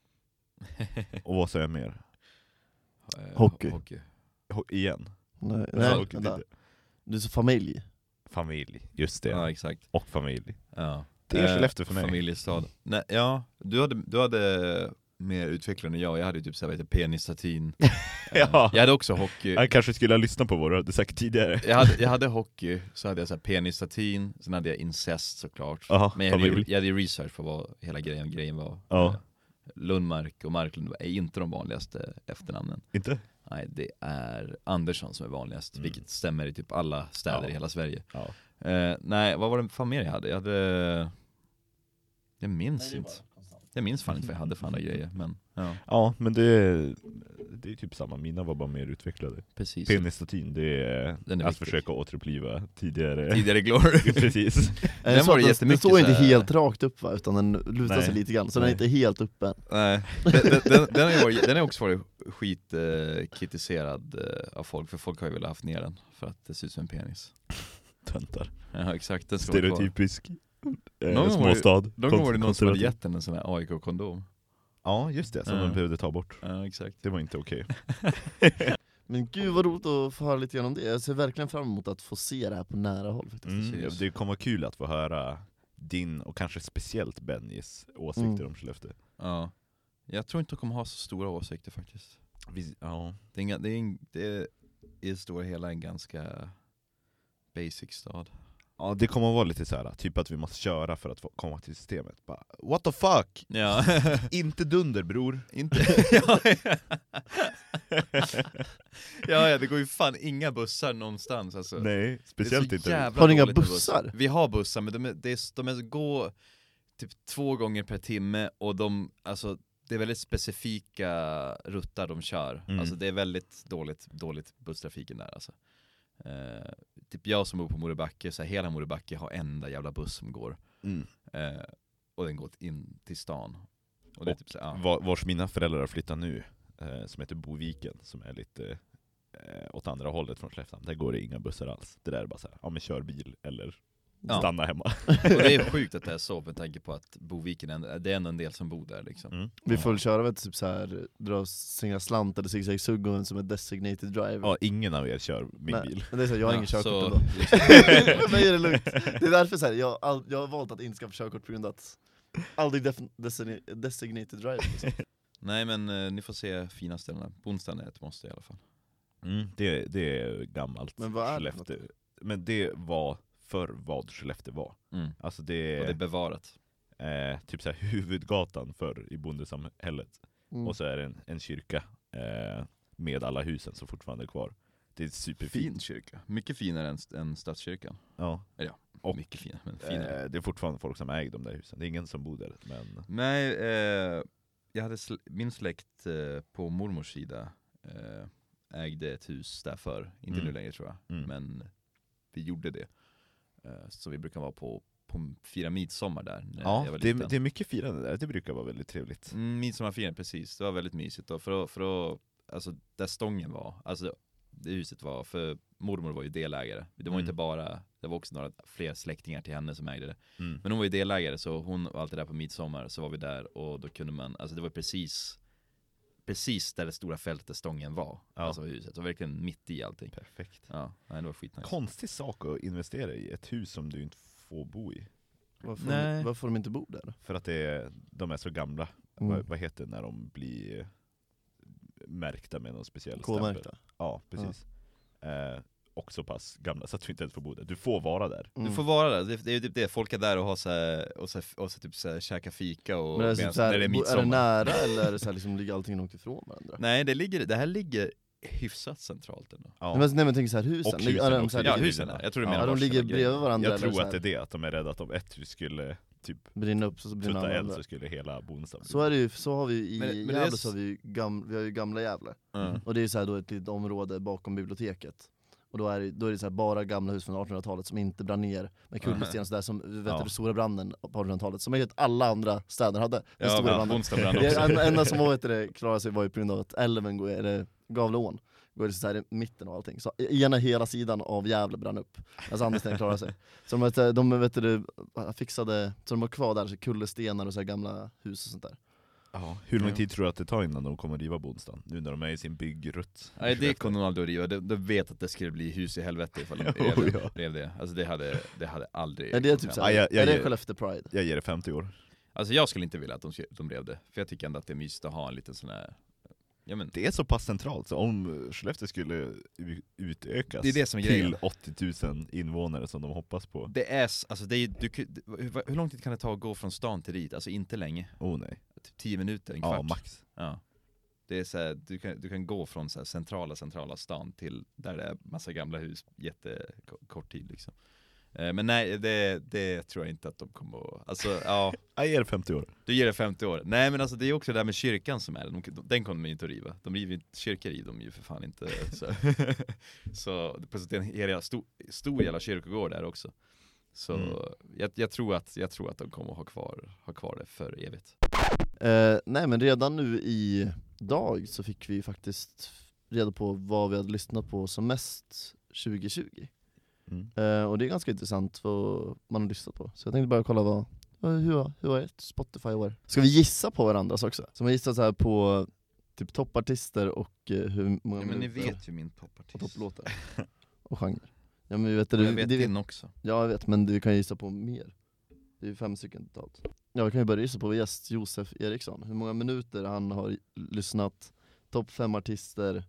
C: och vad säger jag mer?
B: Eh,
A: Hockey.
B: hockey.
C: Ho- igen.
A: Nej,
C: Ja,
A: nej
C: hockey,
A: vänta.
C: det-
A: Du är så familj.
C: Familj, just det.
B: Ja, exakt.
C: Och familj.
B: Ja.
C: Det är
B: Eh,
C: Skellefteå för mig.
B: Familjestad. Nej, ja, du hade, du hade mer utvecklande än jag. Jag hade ju typ så här, vet du, penisstatin.
C: Ja.
B: Jag hade också hockey.
C: Jag kanske skulle ha lyssnat på vad du hade sagt tidigare.
B: Jag hade, jag hade hockey, så hade jag så här penisstatin, sen hade jag incest såklart.
C: Aha,
B: Men jag hade, ju,
C: familj.
B: jag hade ju research på vad hela grejen, grejen var.
C: Ja.
B: Eh, Lundmark och Marklund är inte de vanligaste efternamnen.
C: Inte?
B: Nej, det är Andersson som är vanligast,
C: Mm.
B: vilket stämmer i typ alla städer
C: Ja.
B: i hela Sverige.
C: Ja.
B: Eh, nej, vad var det fan mer jag hade? Jag hade... Jag minns inte. Jag minns fan inte vad jag hade för andra grejer, men ja,
C: Ja, men det är, det är typ samma. Mina var bara mer utvecklade.
B: precis.
C: Penisstatin, det är,
B: Den är
C: att
B: viktig.
C: försöka återuppliva tidigare.
B: Tidigare glory.
C: Precis.
A: Den,
B: Den var det
A: den, den
B: jättemycket
A: står inte
B: så här-
A: helt rakt upp va, utan den lutar
C: Nej.
A: sig lite grann, så den
C: Nej.
A: är inte helt uppe.
B: Nej, den, den, den, den, har ju varit, den har också varit skit eh, kritiserad eh, av folk, för folk har ju velat haft ner den för att det ser ut som en penis.
C: Töntar.
B: Ja, exakt. Den ska vara kvar.
C: Stereotypisk eh,
B: Någon gång var det-
C: småstad.
B: Någon gång var det någon som hade
C: Konservativ.
B: gett den en sån här A I K-kondom.
C: Ja, just det, som
B: Ja.
C: de behövde ta bort.
B: Ja, exakt.
C: Det var inte okej.
A: Men gud vad roligt att få höra lite grann om det. Jag ser verkligen fram emot att få se det här på nära håll faktiskt.
C: Mm,
B: Precis.
C: det kommer vara kul att få höra din, och kanske speciellt Benjis, åsikter
A: Mm.
C: om Skellefteå.
B: Ja. Jag tror inte de kommer ha så stora åsikter faktiskt.
C: Vi, ja.
B: Det är, inga, det är, en, det är i det stora hela en ganska basic stad.
C: ja, det kommer att vara lite så här, typ att vi måste köra för att få komma till systemet. Bara, what the fuck?
B: Ja.
C: Inte dunder, bror.
B: Inte. ja, ja. ja, ja, det går ju fan inga bussar någonstans alltså.
C: Nej, speciellt
B: Det är så
C: inte.
B: jävla
A: Har ni inga
B: dåligt med
A: bussar?
B: Vi har bussar, men de är, det är, de är gå typ två gånger per timme, och de, alltså, det är väldigt specifika ruttar de kör.
C: Mm.
B: Alltså det är väldigt dåligt, dåligt busstrafiken där alltså. Eh, typ jag som bor på Morebacke, så här, hela Morebacke har enda jävla buss som går.
C: Mm.
B: Eh, och den går in till stan. Och det är
C: Och
B: typ så, ja.
C: var, vars mina föräldrar flyttar nu, eh, som heter Boviken, som är lite eh, åt andra hållet från Skellefteå. Där går det inga bussar alls. Det där är bara så här, ja men kör bil eller
B: Ja.
C: stanna hemma.
B: Och det är sjukt att det är så, med tanke på att Boviken är, det är ändå en del som bor där liksom.
C: Mm.
A: Vi får väl köra vet, typ så här, dra och sänga slant eller zigzag sugg som är designated driver.
C: Ja, ingen av er kör min
A: Nej,
C: bil.
A: men det är så här, jag har
B: Ja,
A: ingen körkort
B: så-
A: ändå. För mig är det lugnt. Det är därför så här, jag, all, jag har valt att inte skaffa körkort på grund av att aldrig def- design- designated driver liksom.
B: Nej, men eh, ni får se fina ställena. Bonstan är ett måste i alla fall.
C: Mm, det, det är gammalt.
A: Men vad är det
C: Skellefteå. Men det var för vad Skellefteå var.
B: Mm.
C: Alltså det
B: Och det är
C: är
B: bevarat.
C: eh, typ så här huvudgatan för i bondesamhället.
A: Mm.
C: Och så är det en, en kyrka eh, med alla husen som fortfarande är kvar. Det är superfint.
B: Fin kyrka. Mycket finare än, än stadskyrkan.
C: Ja.
B: Och mycket finare, men finare.
C: Eh, det är fortfarande folk som äger de där husen. Det är ingen som bor där. Men
B: Nej, eh, jag hade sl- min släkt eh, på mormors sida eh, ägde ett hus där för. Inte
C: Mm.
B: nu längre tror jag,
C: Mm.
B: men vi gjorde det. Eh, så vi brukar vara på, på fira midsommar där när
C: ja,
B: jag var
C: det,
B: liten.
C: det är mycket firande där. Det brukar vara väldigt trevligt.
B: Mm, midsommarfirandet, precis. Det var väldigt mysigt. Och för att, för att, alltså där stången var, alltså det huset var, för mormor var ju delägare. Det var
C: Mm.
B: inte bara, det var också några fler släktingar till henne som ägde det.
C: Mm.
B: Men hon var ju delägare, så hon och allt det där på midsommar, så var vi där och då kunde man, alltså det var precis precis där det stora fältet där stången var.
C: Ja.
B: Alltså huset, och verkligen mitt i allting.
C: Perfekt.
B: Ja, nej, det var skitnice.
C: Konstig sak att investera i, ett hus som du inte får bo i.
A: Varför,
B: Nej.
A: de, varför får de inte bo där då?
C: För att det är, de är så gamla.
A: Mm.
C: Vad, vad heter det när de blir eh, märkta med någon speciell
A: K-märkta?
C: stämpel? Ja, precis. Eh, och så pass gamla så att du inte ens får bo där. Du får vara där.
A: Mm.
B: Du får vara där, det, det är ju typ det, folk är där och har så här, och så, och så typ så här, käka fika och
A: Men är det,
B: medan-
A: så här,
B: när det är
A: bo- är det
B: midsommar.
A: nära eller är det så här, liksom, ligger allting långt ifrån varandra?
B: Nej, det, ligger, det här ligger hyfsat centralt ändå.
C: Ja.
A: Men, nej men tänk så här, husen.
C: Och
A: Ligger-
C: husen
A: är de
C: också.
A: så här-
B: Ja,
C: ligger
B: husen
C: vid-
B: där. Jag tror du
C: Ja,
B: menar
A: Ja, de
B: Varsel
A: ligger
B: och grejer.
A: bredvid varandra.
C: Jag
A: eller
C: tror
A: så
C: att
A: här,
C: det är det, att de är rädda att om ett hus skulle typ
A: brinner upp så brinner
C: putta
A: alla
C: eld
A: andra.
C: så skulle hela Bonstam.
A: Så är det ju, så har vi i
B: Men- men det är
A: Gävle
B: s-
A: så har vi ju gam, vi har ju gamla Gävle.
B: Mm.
A: Och det är ju så här då ett litet område bakom biblioteket. Och då är det, då är det så här bara gamla hus från artonhundratalet som inte brann ner med kullersten och sådär som vet
C: Ja.
A: du, stora branden på artonhundratalet som helt alla andra städer hade. Den
B: Ja,
A: stora
B: men
A: branden.
B: Bonstam brann
A: Det
B: också.
A: är en- enda som var, vet du, det, klarade sig var ju på grund av att älven går, eller Gavleån går så här i mitten av allting. Så ena hela sidan av Gävle brann upp. Alltså andra ställen klarade sig. Så de, vet, du, de vet du, fixade, så de var kvar där, så kullerstenar och så här gamla hus och sånt där.
C: Ja. Hur lång
B: Ja.
C: tid tror du att det tar innan de kommer riva Bonstam? Nu när de är i sin byggrutt.
B: Nej, det kommer de aldrig att riva. De, de vet att det skulle bli hus i helvete ifall de
C: Oh,
B: rev,
C: ja.
B: rev det. Alltså det hade, det hade aldrig
A: Är det
B: gått
A: typ
B: hem.
A: så
C: Ja,
A: här,
C: jag- jag
A: är det
C: ger-
A: Skellefteå Pride?
C: Jag ger det femtio år.
B: Alltså jag skulle inte vilja att de, de rev det. För jag tycker ändå att det är mysigt att ha en liten sån här... Ja, men,
C: Det är så pass centralt, så om Skellefteå skulle u- utökas
B: Det är det som är
C: till
B: grejen.
C: åttio tusen invånare som de hoppas på.
B: det är, s- alltså det är, du, kan- hur, hur lång tid kan det ta att gå från stan till dit? Alltså inte länge.
C: Oh nej.
B: Typ tio minuter, en kvart.
C: Ja, max.
B: Ja. Det är så här, du, kan, du kan gå från så här centrala, centrala stan till där det är massa gamla hus jättekort tid liksom. Eh, Men nej, det, det tror jag inte att de kommer att... Alltså, ja,
C: Jag ger det femtio år.
B: du ger det femtio år. Nej men alltså det är också det där med kyrkan som är, de, den kommer de inte att riva. De river inte, kyrkor i de ju för fan inte. Så, så det är en hel stor, stor jävla kyrkogård där också. Så
C: Mm.
B: jag, jag, tror att, jag tror att de kommer att ha kvar, ha kvar det för evigt.
A: Eh, nej men redan nu i dag så fick vi faktiskt reda på vad vi hade lyssnat på som mest tjugo tjugo.
C: Mm.
A: Eh, och det är ganska intressant vad man har lyssnat på. Så jag tänkte bara kolla vad, vad hur, var- hur var ert Spotify-år? Ska vi gissa på varandras också? Så man gissar så här på typ toppartister och eh, hur många
B: Ja, men ni
A: minuter
B: vet ju min
A: och
B: toppartist.
A: topplåtar och genre. Ja men vi vet,
B: Jag
A: det,
B: vet
A: det,
B: din också.
A: Ja jag vet, men vi kan gissa på mer. Det är ju fem stycken totalt. Ja vi kan ju börja gissa på vår gäst Josef Eriksson. Hur många minuter han har lyssnat, topp fem artister,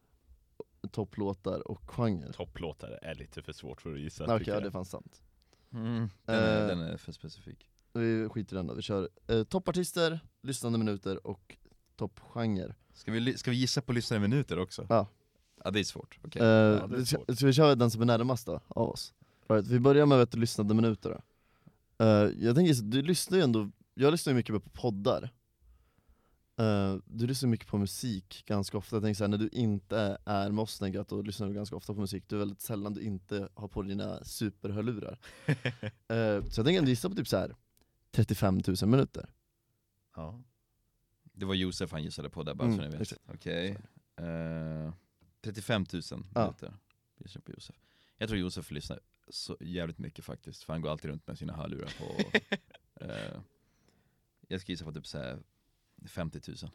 A: topplåtar och genre.
C: Topplåtare är lite för svårt för att gissa.
A: Okej,
C: tycker
A: ja,
C: jag.
A: det är fan sant.
B: Mm, den, är,
A: Eh.
B: den är för specifik.
A: Vi skiter i den då, vi kör eh, toppartister, lyssnande minuter och toppgenre.
B: Ska vi, ly- ska vi gissa på lyssnare minuter också?
A: Ja.
B: Ja det är svårt, okej.
A: Eh,
C: Ja, det är
A: vi ska,
C: svårt.
A: ska vi köra den som är närmast då, av oss? Right, vi börjar med vet, du, lyssnande minuter då. Eh, jag tänker så, du lyssnar ju ändå, jag lyssnar ju mycket på poddar. Eh, du lyssnar mycket på musik ganska ofta. Jag tänker så här, när du inte är med oss tänker jag att då lyssnar du ganska ofta på musik. Det är väldigt sällan du inte har på dina superhörlurar. Eh, så jag tänker att gissa på typ så här trettiofem tusen minuter.
C: Ja.
B: Det var Josef han gissade på där bara
A: Mm,
B: så ni vet.
A: exakt.
B: Okej. Eh, trettiofem tusen
A: Ja.
B: minuter. Gissar på Josef. Jag tror Josef lyssnar så jävligt mycket faktiskt. För han går alltid runt med sina hörlurar på. eh, jag ska gissa på typ så här femtio tusen.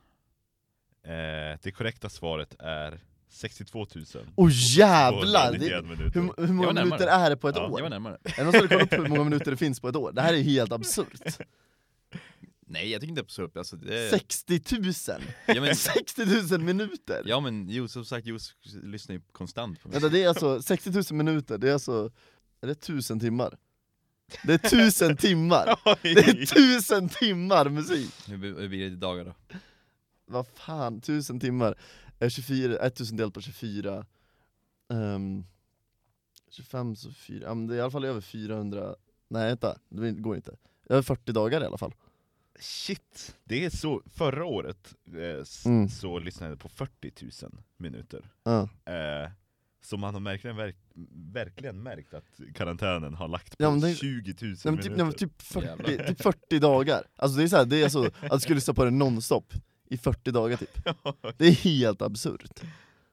C: Eh, det korrekta svaret är sextiotvå tusen.
A: Åh oh, jävlar! Det,
C: tvåhundranittioen minuter.
A: hur, hur många
B: Jag var
A: minuter
B: närmare.
A: är det på ett
C: Ja,
A: år?
B: Jag var närmare.
A: Är det någon som skulle kolla upp hur många minuter det finns på ett år? Det här är helt absurt.
B: Nej jag tycker inte på upp. Alltså, det är...
A: sextio tusen!
B: ja, men,
A: sextio tusen minuter!
B: ja men Josef, som sagt, Josef lyssnar ju konstant på mig.
A: Vänta, det är alltså sextio tusen minuter, det är alltså, är det tusen timmar? Det är tusen timmar! Det är tusen timmar musik!
B: Hur, hur blir det i dagar då?
A: Vad fan, tusen timmar? Eh, tjugofyra, tusen delat på tjugofyra, um, tjugofem så fyra, ja, men det är i alla fall över fyrahundra, nej vänta, det går inte. Över fyrtio dagar i alla fall.
C: Shit! Det är så, förra året eh, s-
A: Mm.
C: så lyssnade jag på fyrtio tusen minuter.
A: Ja.
C: Eh, så man har verkligen, verk, verkligen märkt att karantänen har lagt på
A: Ja, men det-
C: tjugo tusen
A: Nej, men typ, nej, men
C: minuter.
A: typ, fyrtio,
B: Jävlar.
A: typ fyrtio dagar. Alltså det är så här, det är så att du skulle lyssna på det nonstop i fyrtio dagar typ. Det är helt absurt.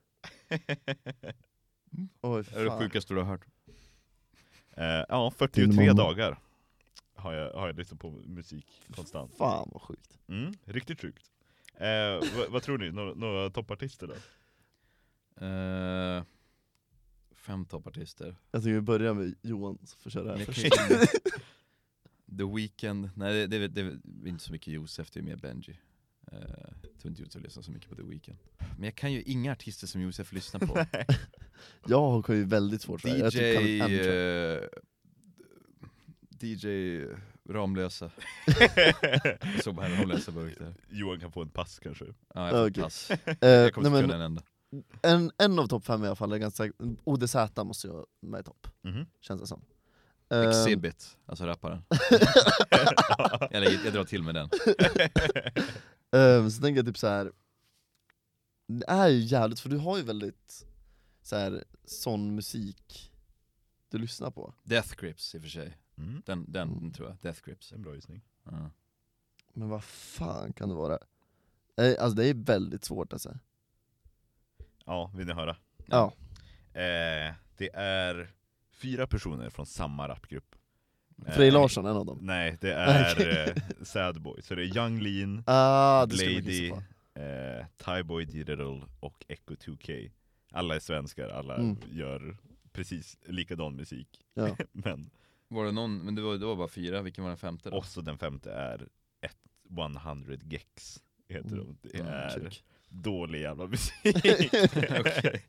A: Oj,
B: Är det
A: fan.
B: sjukaste du har hört?
C: Eh, ja,
A: Din
C: fyrtiotre
A: mamma.
C: dagar har jag, har jag lyssnat på musik konstant.
A: Fan vad sjukt.
C: Mm, riktigt sjukt. Eh, vad, vad tror ni? Några, några toppartister då?
B: Uh, fem toppartister.
A: Jag tycker vi börjar med Johan som får köra det här
B: Jag
A: först.
B: kan ju- The Weeknd, nej det, det, det, det är inte så mycket Josef, det är mer Benji. Uh, jag tror inte Josef lyssnar så mycket på The Weeknd. Men jag kan ju inga artister som Josef lyssnar på.
A: Jag har ju väldigt svårt för det.
B: D
A: Jag
B: J...
A: typ kan en, tror jag.
B: eh, D J Ramlösa. Jag såg bara en Ramlösa burk där.
C: Johan kan få en pass kanske.
B: Ja, jag får
A: Okej.
B: pass.
A: Eh,
B: Jag kommer
A: nej,
B: inte
A: men,
B: kunna en enda.
A: en, en av topp fem i alla fall är ganska säkert. O D Z måste jag med i topp,
C: Mhm.
A: känns det som.
B: Exhibit, alltså rapparen. jag, lägger, jag drar till med den.
A: Um, så tänker jag typ så här. Det är ju jävligt, för du har ju väldigt så här, sån musik du lyssnar på.
B: Death Grips i och för sig.
C: Mm.
B: Den, den
A: Mm.
B: tror jag, Death Grips.
C: Det är en bra gissning.
B: Ja.
A: Men vad fan kan det vara? Eh, Alltså det är väldigt svårt alltså.
C: Ja, vill ni höra?
A: Ja.
C: Eh, det är fyra personer från samma rapgrupp.
A: Frej
C: Eh,
A: Larsson, en av dem.
C: Nej, det är
A: Okej.
C: eh, Sad Boy. Så det är Young Lean,
A: Ah, det ska man
C: Lady,
A: gissa på.
C: eh, Tyboy Digital och Echo två K. Alla är svenskar, alla
A: Mm.
C: gör precis likadan musik.
A: Ja.
C: Men
B: Var det någon, men det var, det var bara fyra, vilken var den femte då?
C: och så den femte är ett hundra Gex heter
A: Mm.
C: de. Det
B: Mm,
C: är
A: kuk.
C: dålig jävla musik.
B: Okej.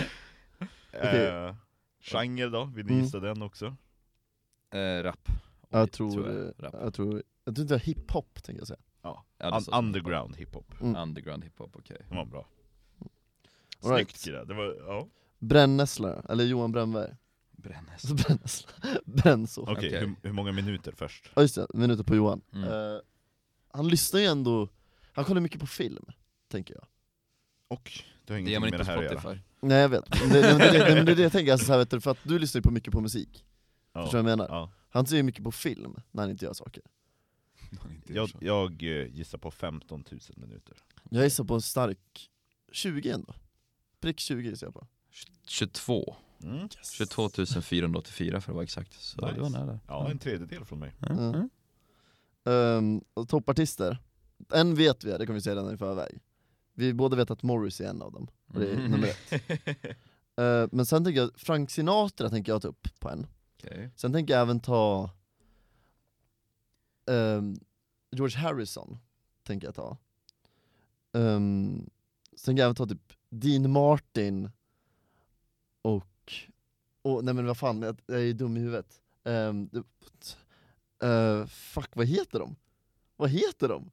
A: Okej.
C: eh, genre då, vill ni
A: Mm.
C: gissa den också?
B: Eh, rap.
A: Jag tror,
B: jag.
A: jag,
B: Rap.
A: jag tror, jag tror inte det är hiphop, tänker jag säga.
C: Ja,
B: Ja, det
C: Un-
B: står som
C: underground hiphop.
A: Mm.
B: Underground hiphop, okej.
C: Den var bra.
A: All right.
C: Snyggt Kira, det var, ja.
A: Brännässla, eller Johan Brännberg.
B: Brännes.
A: Alltså Brännässla, Brännso.
C: Okej,
B: Okej.
C: hur, hur många minuter först?
A: Ja just det, minuter på Johan.
B: Mm.
A: Eh, han lyssnar ju ändå, han kollar mycket på film, tänker jag.
C: Och du har
B: Det
C: ingenting
B: gör man
C: med
B: inte
C: det
B: på
C: här att göra.
B: Spotify.
A: Nej jag vet, men det, det, det, det, det, det är det jag tänker, alltså, så här, vet du, för att du lyssnar ju på mycket på musik.
C: Ja.
A: Förstår du vad jag menar?
C: Ja.
A: Han ser ju mycket på film när han inte gör saker.
B: Inte gör
C: Jag,
B: så.
C: jag eh, gissar på femton tusen minuter.
A: Jag gissar på en stark tjugo ändå. Prick tjugo gissar jag på.
B: tjugotvå.
C: Mm.
B: tjugotvå tusen fyrahundraåttiofyra för att vara exakt. Så
C: Nice.
B: det var nära.
C: Ja, en tredjedel från mig.
B: Mm.
A: Mm.
B: Mm.
A: Um, och toppartister. En vet vi, det kan vi säga redan i förväg. Vi båda vet att Morris är en av dem. Och det är
B: Mm.
A: nummer ett. Uh, men sen tänker jag, Frank Sinatra tänker jag ta upp på en.
B: Okej.
A: Sen tänker jag även ta um, George Harrison, tänker jag ta. Um, sen tänker jag även ta typ Dean Martin och, och nej men vad fan, jag, jag är dum i huvudet. Um, uh, fuck, vad heter de? Vad heter de?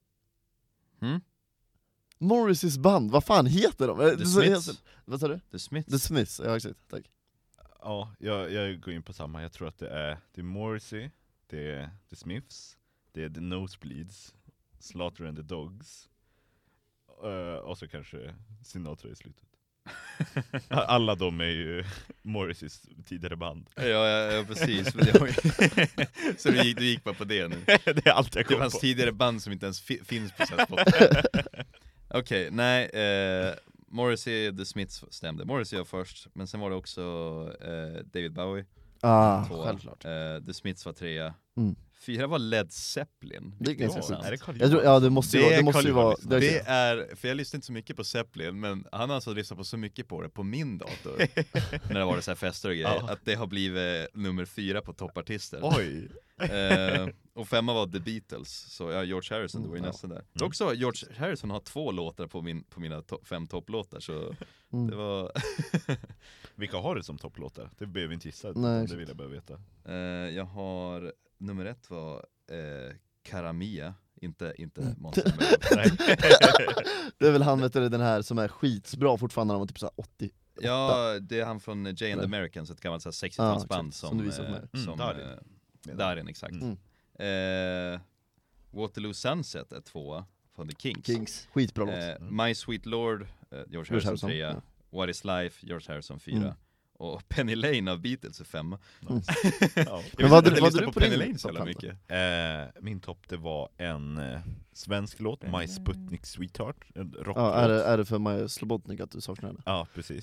B: Mm?
A: Morrises band, vad fan heter de? Eh,
B: The
A: det- så-
B: Smiths.
A: Vad sa du?
B: The Smiths.
A: The Smiths, ja exakt, tack.
C: Ja, jag, jag går in på samma. Jag tror att det är, det är Morrissey, det är The Smiths, det är The Nosebleeds, Slaughter and the Dogs, eh, och så kanske Sinatra i slutet. Alla de är ju Morrisseys tidigare band.
B: Ja, ja, ja precis. Men det var ju- så du gick, du gick bara på det nu.
C: Det är allt jag
B: Det
C: kom
B: fanns
C: på.
B: tidigare band som inte ens fi- finns på Spotify. Okej, nej. Eh, Morrissey, The Smiths stämde. Morrissey var först, men sen var det också eh, David Bowie.
A: Ah,
B: Tvåa.
A: självklart.
B: Eh, The Smiths var trea.
A: Mm.
B: Fyra var Led Zeppelin.
A: Det är ganska
B: intressant.
A: sjukt.
C: Är det Carl
A: Jag tror,
C: Johan?
A: ja det måste ju
B: Det
A: vara,
B: är
A: det måste
C: Carl
A: ju
C: Johan
A: vara
C: lyssnar.
A: det,
B: Det
A: det,
B: är, för jag lyssnar inte så mycket på Zeppelin, men han har alltså lyssnat på så mycket på det på min dator när det var så här fester och grejer,
C: Ja.
B: att det har blivit nummer fyra på toppartister.
C: Oj!
B: eh, och femma var The Beatles, så ja, George Harrison, det var ju
A: Mm, ja.
B: nästan där. Dock så George Harrison har två låtar på, min, på mina to- fem topplåtar, så
A: mm.
B: det var
C: Vilka har du som topplåtar? Det behöver vi inte gissa,
A: Nej,
C: det
A: exakt.
C: vill jag bara veta.
B: eh, jag har, nummer ett var eh, Karamia, inte, inte
A: Mm.
B: Måns Zelmerlöw.
C: Nej.
A: det är väl han, vet du, den här som är skitbra fortfarande, han var typ såhär åttio.
B: Ja, det är han från Jay and the
A: Eller?
B: Americans, ett gammalt så här
A: Ja,
B: sextiotalsband
A: exakt,
B: som,
A: som du visade
B: eh,
A: mig.
C: Mm,
B: som
C: Darin.
B: eh, Darin, exakt.
A: Mm.
B: Eh, Waterloo Sunset är tvåa från The Kings.
A: Kings, skitbra låt.
B: Eh,
C: Mm.
B: My Sweet Lord, eh, George
A: George
B: Harrison
A: Harrison,
B: trea.
A: ja.
B: What is Life, George Harrison fyra.
A: Mm.
B: Och Penny Lane av Beatles är femma.
C: Nice. Ja.
A: Men vad hade-
B: jag
A: vad
B: lyssnar
A: hade du
B: på
A: på
B: Penny
A: din
B: Lane så
A: topp
B: jävla
A: fem då?
B: mycket.
C: Eh, min topp det var en eh, svensk låt, My Sputnik Sweetheart, en rocklåt.
A: Ja, är, det, är det för Maja Slobodnik att du saknar henne?
C: Ja, precis.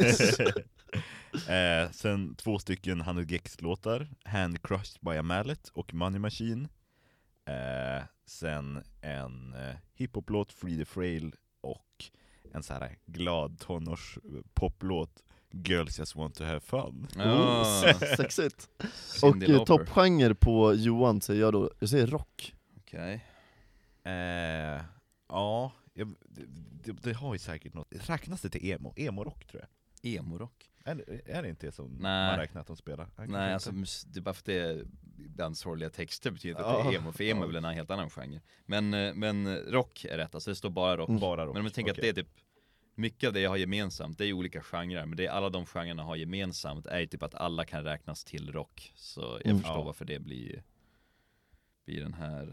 C: eh, sen två stycken hundra Gex-låtar, Hand Crushed by a Mallet och Money Machine. Eh, sen en eh, hiphop-låt, Free the Frail, och en så här glad tonårs poplåt, Girls Just Want to Have Fun.
B: Ja,
A: Oh, sexigt.
B: Cyndi
A: Och eh,
B: Lauper.
A: toppgenre på Johan säger jag då, jag säger rock.
B: Okej.
C: Eh, ja, jag, det, det, det har ju säkert något. Räknas det till emo? Emo-rock tror jag.
B: Emo-rock.
C: Är, det- är det inte det som
B: Nej.
C: man räknar att de spelar? Jag kanske
B: Nej,
C: inte.
B: alltså mus- det är bara för att det är ibland sorgliga texter betyder inte
C: Ja.
B: att det är emo, för emo är väl en helt annan genre. Men, eh, men rock är rätt, alltså det står bara rock.
A: Mm.
C: Bara rock.
B: Men om jag tänker
C: Okej.
B: att det är typ mycket av det jag har gemensamt, det är olika genrer, men det är alla de genrerna har gemensamt är typ att alla kan räknas till rock. Så jag
A: Mm.
B: förstår
C: Ja.
B: varför det blir, blir den här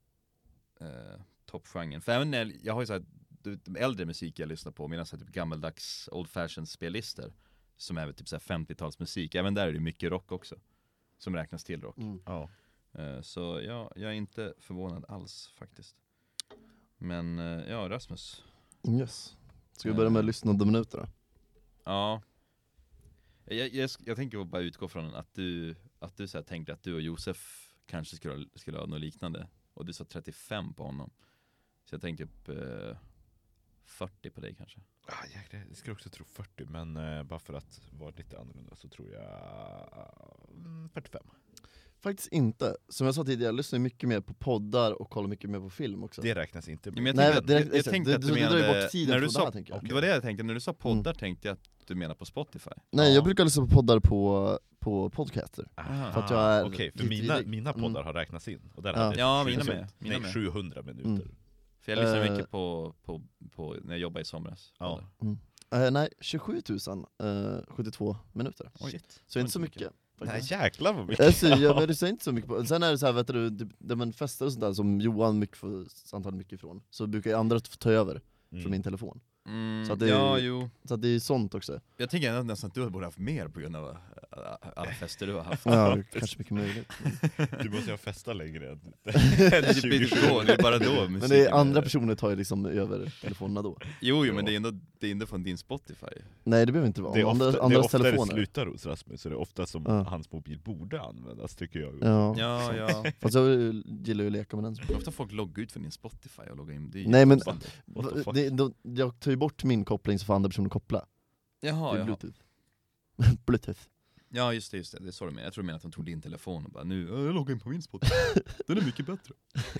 B: eh, toppgenren. För även när jag har ju så här, de äldre musik jag lyssnar på, mina så här, typ gammaldags old fashion spellistor som är typ så här femtiotalsmusik, även där är det mycket rock också som räknas till rock.
A: Mm.
C: Ja.
B: Eh, så ja, jag är inte förvånad alls faktiskt. Men eh, ja, Rasmus.
A: Yes. Ska vi börja med lyssnande minuter då?
B: Ja. Jag, jag, jag tänker bara utgå från att du, att du så här tänkte att du och Josef kanske skulle, skulle ha något liknande. Och du sa trettiofem på honom. Så jag tänkte upp eh, fyrtio på dig kanske.
C: Ah, jäklar, jag skulle också tro fyrtio, men eh, bara för att vara lite annorlunda så tror jag mm, fyrtiofem.
A: Faktiskt inte. Som jag sa tidigare, jag lyssnar mycket mer på poddar och kollar mycket mer på film också.
C: Det räknas inte.
B: Ja, men jag
A: Nej,
B: tänkte,
A: det-
B: att, jag, jag
A: det-
B: tänkte
A: det-
B: att du
A: det drar ju
B: menade,
A: bort tiden
B: när du
A: från
B: sa,
A: det här, tänker jag.
B: det var det jag tänkte, när du sa poddar tänkte jag att du menar på Spotify.
A: Nej,
C: Ja.
A: jag brukar lyssna på poddar på, på podcaster.
B: Aha.
A: För att jag är
C: Okej, för
A: lite
C: mina,
A: tidig.
C: mina poddar
A: Mm.
C: har räknats in. Och där
A: Ja.
C: hade jag
B: Ja,
C: sju-
B: mina
C: sju-
B: med, mina
C: nej,
B: med.
C: sjuhundra minuter.
A: Mm.
B: För jag lyssnar
A: Eh.
B: mycket på, på, på när jag jobbade i somras.
C: Ja.
A: Eh, nej, tjugosju tusen eh, sjuttiotvå minuter.
B: Oj.
C: Shit.
A: Så inte
B: Oj,
A: så
B: så
A: mycket.
C: Nej,
A: faktiskt.
C: jäklar vad mycket.
A: Alltså, jag jag lyssnar inte så mycket på. Sen är det så här, vet du, det, det man festar och sånt där som Johan mycket får, antagligen mycket ifrån. Så brukar ju andra ta över
C: Mm.
A: från min telefon.
B: Mm,
A: Så att det är-
B: ja, jo.
A: Så att det är sånt också.
B: Jag tänker ändå nästan att du borde haft mer på grund av äh, alla fester du har haft.
A: Ja, kanske mycket möjligt.
C: Du måste ju ha festat längre än
B: det, blir då, det är bara då
A: Men
B: musiken
A: det är andra personer tar ju liksom över telefonerna då.
B: Jo, jo, men det är ändå, det är ändå från din Spotify.
A: Nej, det behöver inte vara.
C: Det är
A: Om
C: ofta,
A: andra,
C: det är
A: andras
C: ofta det
A: telefoner.
C: slutar hos Rasmus, så det är ofta som
A: Ja.
C: hans mobil borde användas, tycker jag.
A: Ja.
B: Ja, ja.
A: Fast jag gillar ju att leka med den.
B: Hur ofta folk loggar ut från din Spotify och loggar in? Det är ju
A: Nej, men-
B: konstigt.
C: What the fuck?
A: Det, då, jag tar ju bort min koppling så får andra personer koppla.
B: Jaha,
A: Det är
B: jaha.
A: Bluetooth. Bluetooth.
B: Ja, just det, just det. Det är så du menar. Jag tror du menar att de tog din telefon och bara nu, "Ja, jag loggar in på min Spotify. Den är mycket bättre.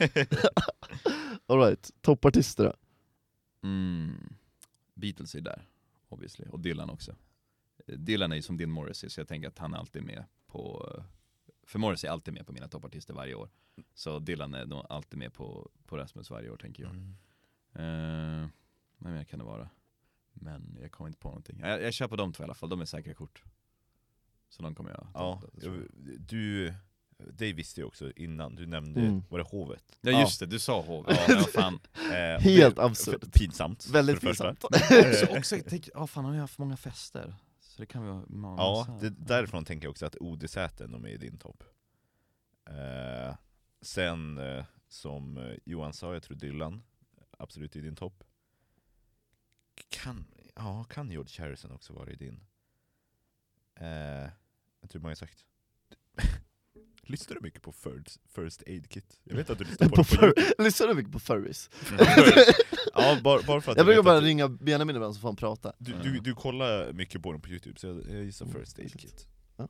A: All right, toppartister då?
B: Mm. Beatles är där, obviously. Och Dylan också. Eh, Dylan är ju som din Morrissey, så jag tänker att han är alltid med på... För Morrissey är alltid med på mina toppartister varje år. Så Dylan är nog alltid med på, på Rasmus varje år, tänker jag.
C: Mm.
B: Eh, vad mer kan det vara? Men jag kommer inte på någonting. Jag, jag kör på de två i alla fall, de är säkra kort. Så de kommer jag
C: Ja,
B: ta, tror jag.
C: du, det visste jag också innan, du nämnde,
A: Mm.
C: var det hovet?
B: Ja just det, du sa H V. Ja, men vad fan.
C: Eh,
A: Helt
C: det-
A: absurt.
C: f- Pinsamt.
A: Väldigt
C: för det första.
A: pinsamt.
B: också, också tänk, ja fan, han har ju haft många fester. Så det kan vi ha många
C: Ja,
B: massa-
C: det, därifrån tänker jag också att O D Z är med i din topp. Eh, sen, eh, som eh, Johan sa, jag tror Dylan absolut i din topp. Kan, ja, kan George Harrison också vara i din? Eh, jag tror många har sagt. Lyssnar du mycket på First, first Aid Kit? Jag vet att du lyssnar på,
A: På
C: det på
A: fur-
C: YouTube.
A: Lyssnar du mycket på furries?
C: Ja, bara, bara för att
A: Jag brukar
C: vet
A: bara
C: att du-
A: ringa Benjamin ibland så får han prata.
C: Du, du, du kollar mycket på dem på YouTube, så jag, jag gissar First Aid Kit.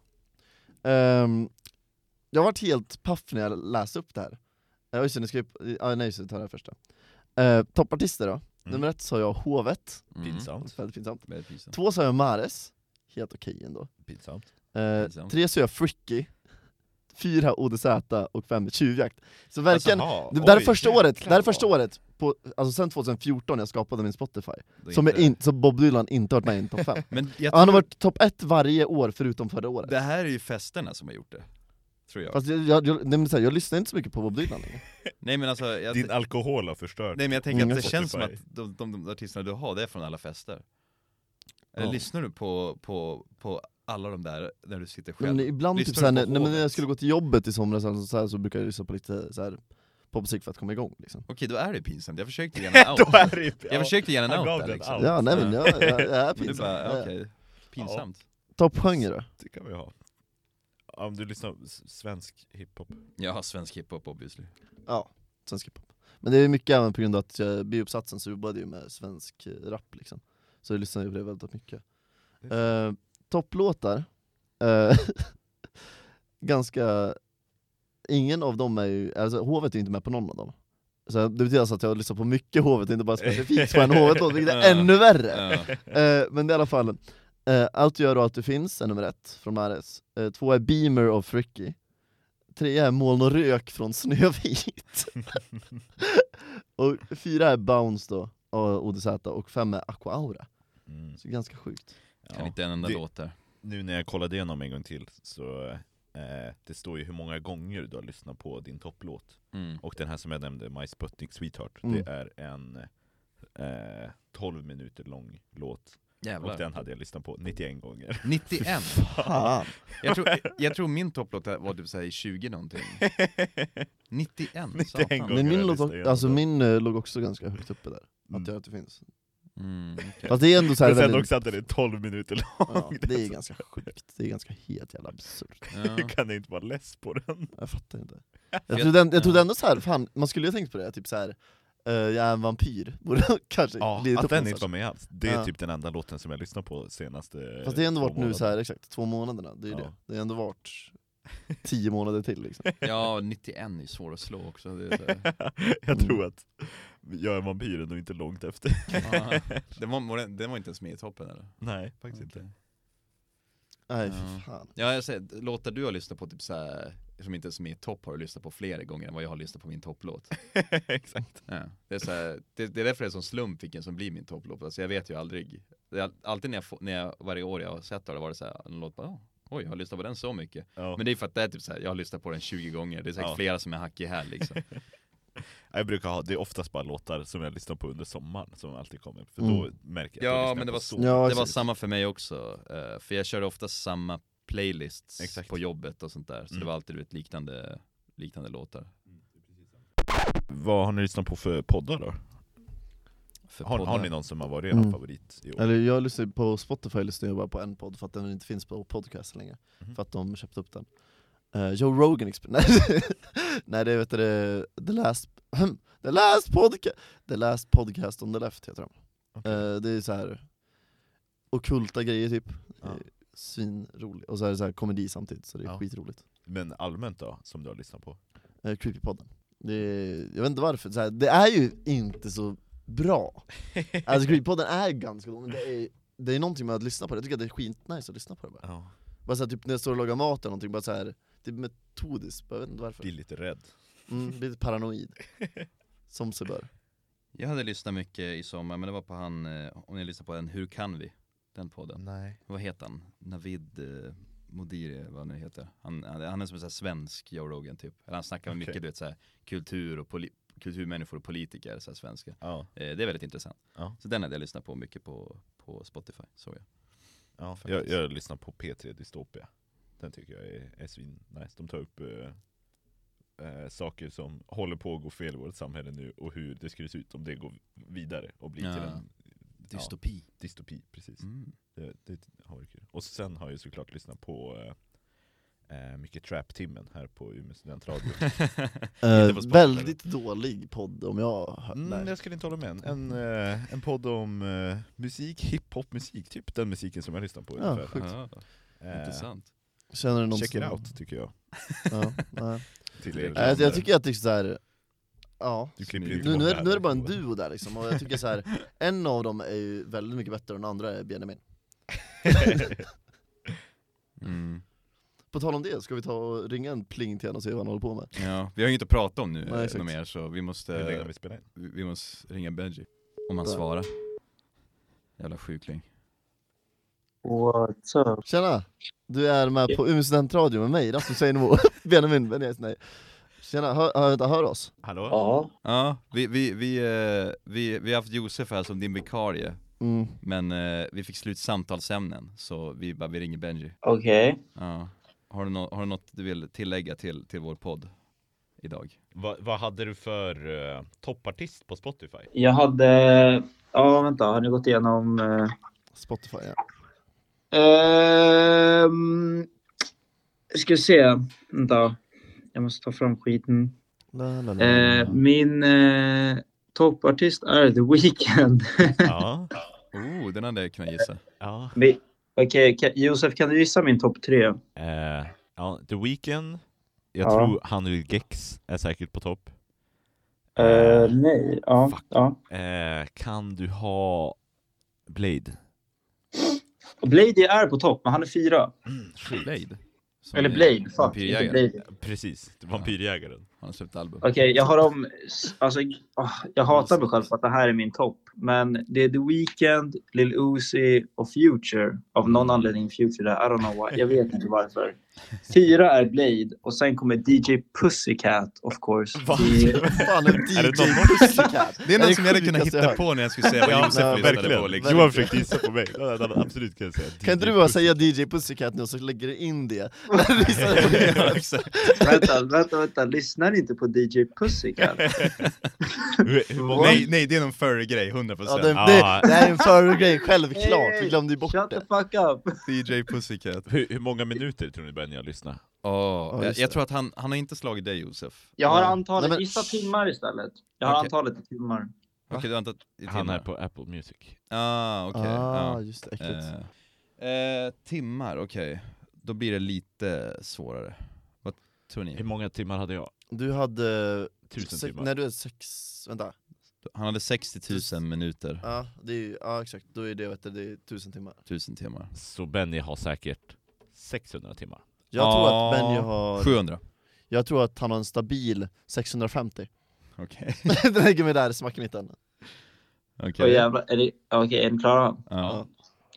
A: Um, jag har varit helt paff när jag läste upp det här. Ja just det, ni ska ju... Ah, nej just det, ta det här första. Uh, toppartister då. Nummer ett sa jag Hovet.
B: Mm.
C: Pinsamt.
A: Väldigt pinsamt.
B: Väldigt pinsamt.
A: Två sa jag Mares. Helt okej ändå.
C: Pinsamt.
A: Uh,
B: Pinsamt.
A: tre sa jag Fricky. Fyra O D Z och fem Tjuvjakt. Så verkligen,
C: Alltså, aha,
A: det där är
C: oj,
A: första
C: jäklar
A: året, det här är
C: vad-
A: första året på, alltså sen tjugohundrafjorton jag skapade min Spotify.
B: Det är
A: Som,
B: inte-
A: jag in, som Bob Dylan inte varit med i en topp fem.
B: Men jag
A: Han har
B: tror,
A: varit topp ett varje år förutom förra året.
B: det här är ju festerna som har gjort det. Tror jag.
A: Fast jag, jag, jag, nej, men så här, jag lyssnar inte så mycket på Bob Dylan längre.
B: Nej men alltså, jag,
C: Din alkohol har förstört.
B: nej men jag tänker
A: Mm,
B: att det
A: jag
B: känns som att
C: Spotify.
B: de, de, de artisterna du har, det är från alla fester. Eller
A: Ja.
B: lyssnar du på, på, på alla de där när du sitter själv?
A: Men ibland typ
B: Lyssnar
A: såhär,
B: du
A: när,
B: på
A: nej, men när
B: Hovet?
A: jag skulle gå till jobbet i somras eller så, här, så brukar jag lyssna på lite så här popmusik för att komma igång liksom.
B: Okej, då är det pinsamt. Jag försökte ge en out.
C: Då är det,
B: Jag försökte ge en
C: Han
B: out
C: gav
B: där
C: den
B: liksom.
C: out.
A: Ja nej men jag, jag, jag är
B: Men du
A: pinsam.
B: bara,
A: Ja.
B: okej, pinsamt.
A: Toppgenre då?
C: Det kan vi ha. Om du lyssnar på s- svensk hiphop.
B: Jag har svensk hiphop obviously.
A: Ja, svensk hiphop. Men det är mycket även på grund av att jag biuppsatsen så jobbade ju med svensk eh, rap liksom. Så jag lyssnade ju på det väldigt mycket. Uh, topplåtar, uh, ganska, ingen av dem är ju, alltså Hovet är inte med på någon av dem. Så det betyder alltså att jag lyssnar på mycket Hovet, inte bara specifikt på en Hovet-låt, vilket är
B: Ja.
A: ännu värre.
B: Ja.
A: Uh, men det är i alla fall, uh, Allt du gör och allt du finns är nummer ett från Mares. Uh, två är Beamer av Fricky. Tre är Moln och rök från Snövit. Och fyra är Bounce då, O D Z och fem är Aqua Aura.
C: Mm.
A: Så ganska sjukt.
B: Kan
C: Ja.
B: inte en enda
C: Det-
B: låt där.
C: Nu när jag kollade igenom en gång till så eh, det står ju hur många gånger du har lyssnat på din topplåt.
B: Mm.
C: Och den här som jag nämnde, My Sputnik Sweetheart,
A: Mm.
C: det är en eh, tolv minuter lång låt.
B: Jävlar.
C: Och den hade jag lyssnat på nittioen gånger.
B: nittioen.
A: Fan.
B: Jag tror, jag tror min topplåt var typ såhär tjugo någonting. nittioen.
C: nittioen
B: satan.
C: gånger.
A: Men min,
C: jag
A: låt,
C: lyssnar igenom
A: alltså
C: den.
A: min uh, låg också ganska högt uppe där.
C: Mm.
A: Att jag att det finns.
B: Mm, okay.
A: Fast det är ändå så här
C: Men sen
A: väldigt,
C: också att den är tolv minuter lång.
A: ja, det är
C: så-
A: ganska sjukt. Det är ganska helt jävla absurt.
B: Ja.
C: Jag kan inte vara less på den.
A: Jag fattar inte.
B: jag-
A: Jag trodde, jag trodde
B: ja.
A: ändå så här, fan, man skulle ju ha tänkt på det, typ så här. Uh, jag är en vampyr, borde kanske
C: Ja,
A: glidit
C: att
A: upp
C: den
A: någonstans.
C: inte var med alls. Det är
A: Ja.
C: typ den enda låten som jag lyssnar på senaste
A: Fast det har ändå
C: två
A: varit nu så här,
C: månaderna.
A: exakt, två månaderna, det är ju
C: Ja.
A: det. Det har ändå varit tio månader till liksom.
B: Ja, nittioen är svår att slå också. Det är så här.
C: Jag tror att jag är vampyren och inte långt efter.
B: Ja. Den, var, var den, den var inte ens med i toppen eller?
C: Nej, faktiskt inte.
B: Okej.
A: Nej,
B: Ja.
A: för fan.
B: Ja, jag säger, låtar du har lyssnat på typ så här, som inte ens är med i topp har du lyssnat på flera gånger än vad jag har lyssnat på min topplåt.
C: Exakt.
B: Ja. Det, är så här, det, det är därför det är som slump vilken som blir min topplåt. Alltså jag vet ju aldrig. Det är alltid när jag, får, när jag varje år jag har sett det har det varit så här, en låt bara, oh, oj, jag har lyssnat på den så mycket.
C: Ja.
B: Men det är för att det är typ så här, jag har lyssnat på den tjugo gånger. Det är säkert
C: Ja.
B: flera som är hack i här liksom.
C: Jag brukar ha, det är oftast bara låtar som jag lyssnar på under sommaren som alltid kommer. För
A: Mm.
C: då märker jag att
B: Ja,
C: jag lyssnar
B: men det
C: på
B: var
C: så.
A: Ja,
B: Det var
A: exakt.
B: samma för mig också. Uh, för jag körde ofta samma playlists
C: Exakt.
B: på jobbet och sånt där. Så
C: Mm.
B: det var alltid ett liknande, liknande låtar.
C: Vad har ni lyssnat på för poddar då?
B: För
C: Har,
B: poddar.
C: har ni någon som har varit er
A: Mm.
C: favorit i år?
A: Eller jag lyssnar på Spotify, lyssnar jag bara på en podd för att den inte finns på podcast längre.
C: Mhm.
A: För att de köpte upp den. Uh, Joe Rogan exper- Nej, nej det vet du, The Last The Last Podcast The Last Podcast on the Left heter de.
C: Okej.
A: Eh, det är så här ockulta grejer typ.
C: Ja.
A: Eh, Svinroligt. Och så är det så här komedi samtidigt, så det är
C: Ja.
A: skitroligt.
C: Men allmänt då, som du har lyssnat på?
A: Eh, Creepypodden. Det är, jag vet inte varför, så här, det är ju inte så bra. Alltså Creepypodden är ganska dålig, men det är, det är någonting med att lyssna på det. Jag tycker att det är skitnice att lyssna på det bara.
C: Ja.
A: Bara så här, typ när jag står och lagar mat eller någonting, bara så här, det är metodiskt, jag vet inte varför.
C: Blir lite rädd.
A: Mm, lite paranoid. Som sig bör.
B: Jag hade lyssnat mycket i sommar, men det var på han, eh, om ni lyssnar på den, Hur kan vi? Den podden.
C: Nej.
B: Vad heter han? Navid eh, Modiri, vad han nu heter. Han, han, han är som en sån här svensk Joe Rogan typ. Eller han snackar om
C: Okej.
B: mycket, du vet, så här, kultur och poli- kulturmänniskor och politiker, så här, svenska.
C: Ja.
B: Eh, det är väldigt intressant.
C: Ja.
B: Så den hade jag lyssnat på mycket på, på Spotify, såg jag.
C: Ja,
B: Faktiskt.
C: jag, jag lyssnar på P tre Dystopia. Den tycker jag är, är svin nice. De tar upp eh, eh, saker som håller på att gå fel i vårt samhälle nu och hur det skulle se ut om det går vidare och blir till
B: Ja.
C: en
B: Dystopi.
C: dystopi. Precis.
B: Mm.
C: Det, det har varit kul. Och sen har jag såklart lyssnat på eh, eh, mycket Trap-timmen här på Umeå studentradio.
A: Eh,
B: på Spotify,
A: väldigt dålig podd om jag har
C: Mm,
A: nej.
C: jag skulle inte hålla med. En, eh, en podd om eh, musik, hiphop-musik, typ den musiken som jag lyssnar på.
A: Ja,
C: ungefär.
A: sjukt.
B: Ja,
C: Eh,
B: intressant.
A: Känner du någon
C: check it
A: som-
C: out, tycker jag.
A: Ja, nej.
C: Till er
B: Nej,
A: Nej, jag, jag
C: lyssnare.
A: tycker att det är så här. Ja.
C: Du klipper
B: Nu-
C: inte
A: Nu,
C: bort
A: nu, är,
C: här.
A: nu är det bara en duo där liksom, och jag tycker så här. En av dem är ju väldigt mycket bättre och den andra är Benjamin.
B: Mm.
A: På tal om det, ska vi ta och ringa en pling till honom och se vad han håller på med?
B: Ja, vi har ju inte att prata om nu
A: Nej,
B: eh,
A: exakt.
B: något mer, så vi
C: Hur länge
B: måste,
C: har vi spelat in?
B: vi, vi måste ringa Benji. Om han
A: Ja.
B: svarar. Jävla sjukling.
D: What's up?
A: Tjena! Du är med på Umeå studentradio med mig, Rasmus Seinemo, Benjamin, Benjamin, nej. Tjena, hör, hör, hör oss?
C: Hallå?
D: Ja,
B: Ja, vi, vi, vi, eh, vi, vi har haft Josef här som din vikarie.
A: Mm.
B: Men eh, vi fick slut samtalsämnen, så vi bara, vi ringer Benji.
D: okej.
B: Ja. Har, du nå- har du något du vill tillägga till, till vår podd idag?
C: Va, vad hade du för uh, toppartist på Spotify?
D: Jag hade... Ja, vänta. Har ni gått igenom... Uh,
A: Spotify, ja.
D: ehm, ska se. Vänta. Jag måste ta fram skiten.
A: La, la, la,
D: Eh,
A: la.
D: min uh, toppartist är The Weeknd.
C: Ja.
B: Oh, den hade jag kunnat gissa.
C: ja.
D: Vi- Okej, ka- Josef, kan du gissa min topp tre?
C: Eh, ja, The Weeknd. Jag
D: Ja.
C: tror han och Gex är säkert på topp.
D: Uh, nej. Ja,
C: fuck.
D: ja.
C: Eh, kan du ha Blade?
D: Och Blade är på topp, men han är fyra.
B: Blade. Som
D: Eller
B: är
D: Blade, fuck. Inte
B: vampyrjägare.
D: Blade.
C: Precis, vampyrjägaren.
B: Han har släppt album.
D: Okej, jag har dem... Alltså, ah, jag hatar mig själv för att det här är min topp. Men det är The Weeknd, Lil Uzi och Future. Av någon anledning Future där. I don't know why. Jag vet inte varför. Fyra är Blade. Och sen kommer D J Pussycat, of course.
C: Va?
D: Det,
A: Fan, en D J
C: Är det någon-
A: Pussycat.
B: Det är något
A: det
B: som jag hade kunnat
A: sjukaste jag
B: hitta
A: hört.
B: på när jag skulle säga vad
A: Ja,
B: Josef
A: nej,
B: lyssnade
C: Verkligen.
B: på liksom.
C: Johan försökte gissa på mig. Ja, ja, absolut kan jag säga.
A: Kan inte du bara säga D J Pussycat nu och så lägger du in det?
B: Ja, exakt.
D: vänta, vänta, vänta. Lyssnar ni inte på D J Pussycat?
C: Hur- hur många-
B: Nej, nej, det är någon förr-grej, hundra
A: Ja,
B: procent.
A: det,
C: Ah.
A: det, det här är en förgrej, självklart. Vi glömde ju bort
D: Shut
A: det.
D: the fuck up.
B: D J Pussycat.
C: Hur, hur många minuter tror ni börjar ni att lyssna?
B: Oh, jag,
A: just
B: jag
A: det.
B: tror att han, han har inte slagit dig, Josef.
D: Jag har
A: Ja.
D: antalet,
A: Nej, men-
D: gissa timmar istället. Jag har
B: Okej.
D: antalet i timmar.
B: Okej, du har inte i
C: Han
B: timmar.
C: är på Apple Music.
B: Ah, okej.
A: Ah,
B: ja.
A: just det, äckligt.
B: Eh, eh, timmar, okej. Då blir det lite svårare. Vad tror
C: Hur
B: ni?
C: många timmar hade jag?
A: Du hade...
C: Tusen
A: sex,
C: timmar.
A: Nej, du är sex... Vänta.
B: Han hade sextio tusen minuter,
A: Ja, det är, ju- ja exakt. Då är det, vet du, det är tusen timmar.
B: tusen timmar.
C: Så Benny har säkert sexhundra timmar.
A: Jag tror
B: Ja,
A: att Benny har...
B: sjuhundra.
A: Jag tror att han har en stabil sexhundrafemtio.
B: Okej.
A: Den lägger mig där i smackmitten.
B: Okej.
D: Åh jävlar, är det, okej, är ni klara?
B: Ja.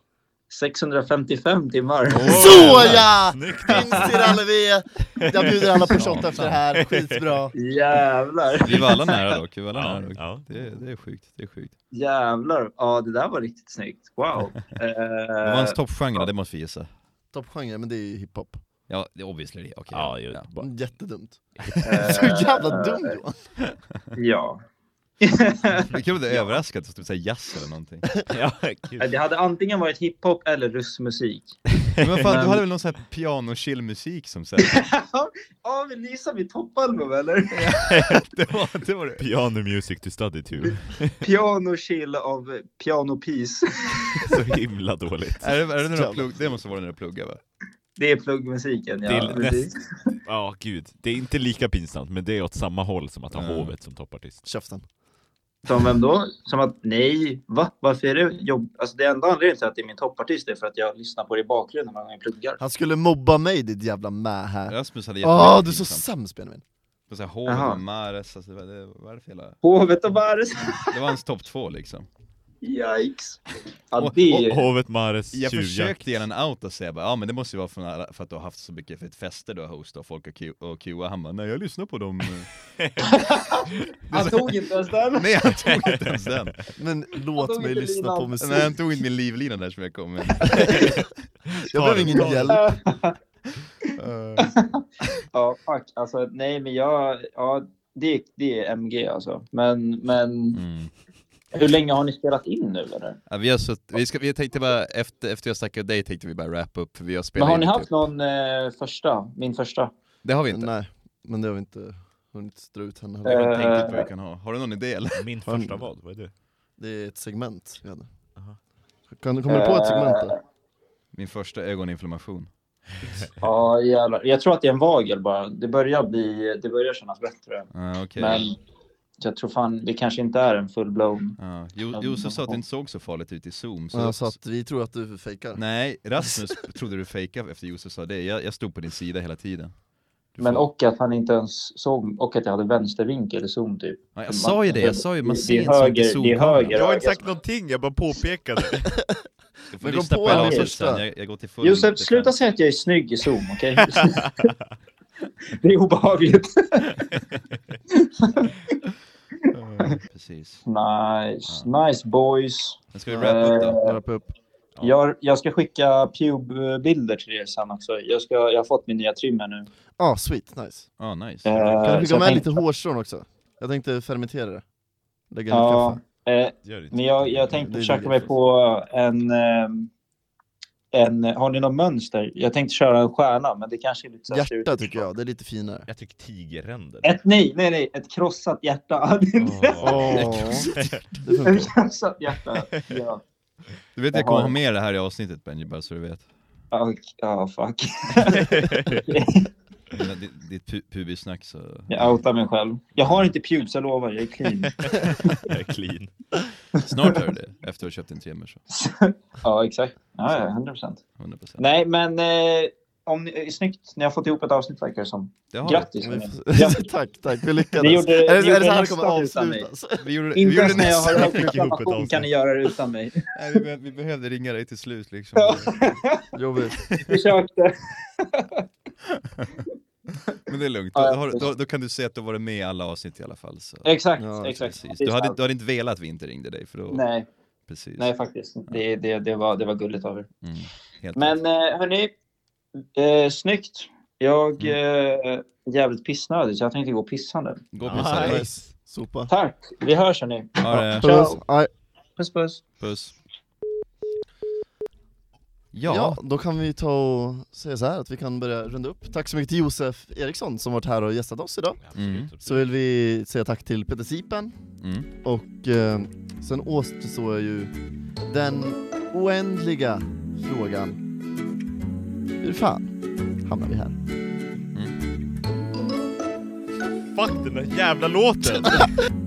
D: sexhundrafemtiofem timmar.
A: Så ja!
C: Snyggt!
A: Finns till alla vi är. Jag bjuder alla på shot efter det här, skitbra.
D: Jävlar.
B: Vi var alla nära dock, vi var alla
C: Ja,
B: nära dock.
C: ja.
B: Det, det är sjukt, det är sjukt.
D: Jävlar. Ja, det där var riktigt snyggt. Wow.
B: Vad var hans toppgenre, det måste vi gissa.
A: Toppgenre, men det är ju hiphop.
B: Ja, det är obviously det, okej.
C: Ja, ju,
B: ja.
C: bara-
A: Jättedumt.
D: Eh,
A: Så jävla dum Johan.
D: Ja.
B: Det kan bli överraskat att du säger jazz eller någonting.
C: ja, gud.
D: Det hade antingen varit hiphop eller russmusik.
B: Men vad fan,
D: Men-
B: du hade väl någon sån här piano-chill-musik som sen...
D: Ja, men gissa mitt toppalbum eller?
B: det var det. Var det.
C: Piano music to study to.
D: Piano chill av Piano Peace.
C: Så himla dåligt.
B: Är det, är det, när du plugg, det måste vara när du pluggar, va?
D: Det är pluggmusiken, ja.
C: Det är
D: precis.
C: Ja, gud. Det är inte lika pinsamt, men det är åt samma håll som att ha
B: Ja.
C: Hovet som toppartist.
A: Käften.
D: Som vem då? Som att, nej, va? Varför är det jobb? Alltså det enda anledningen till att det är min toppartist är för att jag lyssnar på det i bakgrunden när jag pluggar.
A: Han skulle mobba mig, ditt jävla mä här.
B: Rasmus hade
A: Åh,
B: jättemycket
A: du är så
B: pinsamt.
A: sämst Benjamin.
B: På så här Hovet
D: Jaha.
B: och Mares, alltså, vad, det, vad är det för hela...
D: Hovet och Bares.
B: Det var hans topp två liksom.
D: Yikes. Ja,
B: Och-
D: det
C: Och
D: är...
C: Hovet, Mares,
B: Jag
C: tjuvjakt.
B: försökte ge en out och säga bara, ja men det måste ju vara för, alla, för att du har haft så mycket för ett fester du har hostat och folk har Q, och Q och han bara, nej jag lyssnar på dem.
D: Han tog inte ens den.
B: Nej han tog inte ens den.
A: Men låt
D: tog
A: mig
D: inte
A: lyssna
D: linan.
A: på musik.
B: Nej han tog inte min livlina där som jag kom med.
A: Jag behöver ingen
C: Ta det.
A: hjälp.
B: Uh,
D: Ja, fuck. Alltså, nej, men jag... Ja, det, det är M G alltså. Men, men
B: mm.
D: hur länge har ni spelat in nu eller?
B: Ja, vi, har sutt, vi, ska, vi tänkte bara, efter, efter jag snackade dig tänkte vi bara wrap upp, för vi har spelat
D: Men har
B: in
D: ni
B: typ.
D: haft någon eh, första? Min första?
B: Det har vi inte.
A: Nej, men det har vi inte hunnit dra ut henne
B: Det har
A: heller.
B: vi inte
D: Eh.
B: tänkt vad vi kan ha. Har du någon idé eller?
C: Min första vad? Vad är det?
A: Det är ett segment vi hade.
C: Aha.
A: Kan, kommer du på ett segment då?
B: Min första ögoninflammation.
D: Ja, jävlar. Jag tror att det är en vagel bara. Det börjar bli, det börjar kännas bättre.
B: Ah, okej.
D: Men jag tror fan, vi kanske inte är en full-blown.
B: Ah, jo, Josef sa att det inte såg så farligt ut i Zoom. Så,
A: Ja, så att vi tror att du fejkar.
B: Nej, Rasmus trodde du fejkade efter Josef sa det. Jag, jag stod på din sida hela tiden. Du
D: Men
B: får-
D: och att han inte ens såg, och att jag hade vänstervinkel i Zoom typ.
B: Ja, jag sa ju det, jag sa ju man
D: Det-
B: ser
D: det är
B: inte sånt i
D: höger- det är
B: Zoom-kameran.
D: höger.
C: Jag har inte sagt någonting, jag bara påpekade.
B: Du får
A: Men kom
B: lyssna
A: på
B: på hela
A: den
B: avsnittet
A: första.
B: sen, jag, jag går till full...
D: Josef, sluta säga att jag är snygg i Zoom, okej? Det är obehagligt.
B: Uh, precis.
D: Nice, nice boys.
B: Men ska vi wrap upp då?
D: Eh,
A: Wrap upp.
D: Jag, jag ska skicka pube-bilder till er sen också. Jag, ska, jag har fått min nya trimmer nu.
A: Ah, sweet, nice.
B: Ah, nice.
D: Eh,
A: Kan du
D: så
A: skicka
D: jag
A: med
D: tänkte-
A: lite hårstrån också? Jag tänkte fermentera det. Lägga in
D: Ja,
A: kaffe.
D: eh,
C: Gör det inte.
D: men jag, jag
A: Det
D: tänkte
A: är
D: försöka
A: det.
D: mig på en, ehm, en... Har ni någon mönster? Jag tänkte köra en stjärna, men det kanske är lite så här
A: Hjärta
D: surt.
A: tycker jag, det är lite finare.
C: Jag tycker tigerränder.
D: Ett, nej, nej, nej. Ett krossat hjärta.
A: Åh, det
D: Ett
A: funkar.
D: krossat hjärta. Ja,
B: Du vet jag kommer ha med det här i avsnittet Benji, bara så du vet.
D: ja, ja fuck.
B: Ditt, ditt pu pubisnack så...
D: Jag outar mig själv. Jag har inte pubes, jag lovar. Jag är clean.
C: Jag är clean.
B: Snart har du det, efter att du har köpt en trimmer så.
D: Ja, exakt. Ja, ja, hundra procent.
B: hundra procent.
D: Nej, men eh, om ni, snyggt, ni har fått ihop ett avsnitt verkar det som.
B: Det har
D: Grattis.
A: Vi
D: hörni.
A: får-
D: Ja.
A: tack, tack, vi lyckades.
D: Ni gjorde,
A: är det,
D: ni
A: är
D: gjorde
A: det så här det
D: nästan
A: kommer
D: utan mig.
A: avslutas?
B: vi. Vi gjorde, vi
D: Inte
B: gjorde
D: ens när jag har
B: nästan-
D: hört
C: fick ihop ett
D: reklamation
C: avsnitt.
D: kan ni göra det utan mig.
B: Nej, vi, be- vi behövde ringa dig till slut liksom.
D: Ja.
A: Jobbigt.
D: Försökte.
B: Men det är lugnt,
D: Ja,
B: då, har,
D: ja.
B: då, då kan du säga att du varit med i alla avsnitt i alla fall. Så.
D: Exakt,
A: Ja,
D: exakt.
B: Precis.
D: Det är
B: Du, hade,
D: sant.
B: du hade inte velat att vi inte ringde dig, för då...
D: Nej,
B: Precis.
D: nej faktiskt. Det, det, det, var, det var gulligt av er.
B: Mm, helt
D: Men
B: rätt.
D: eh, hörni, eh, snyggt. Jag är eh, jävligt pissnödig så jag tänkte gå och pissa nu.
B: Gå och
C: Ah,
B: pissa dig.
A: Nice. Sopa.
D: Tack, vi hörs hörni.
B: Ha det.
D: Ciao.
A: Puss. Aj.
D: Puss puss.
B: Puss.
A: Ja.
B: Ja,
A: då kan vi ta och säga så här att vi kan börja runda upp. Tack så mycket till Josef Eriksson som varit här och gästat oss idag.
B: Mm.
A: Så vill vi säga tack till Peter Sipen.
B: Mm.
A: Och eh, sen återstår ju den oändliga frågan. Hur fan hamnar vi här?
C: Fuck den där jävla låten!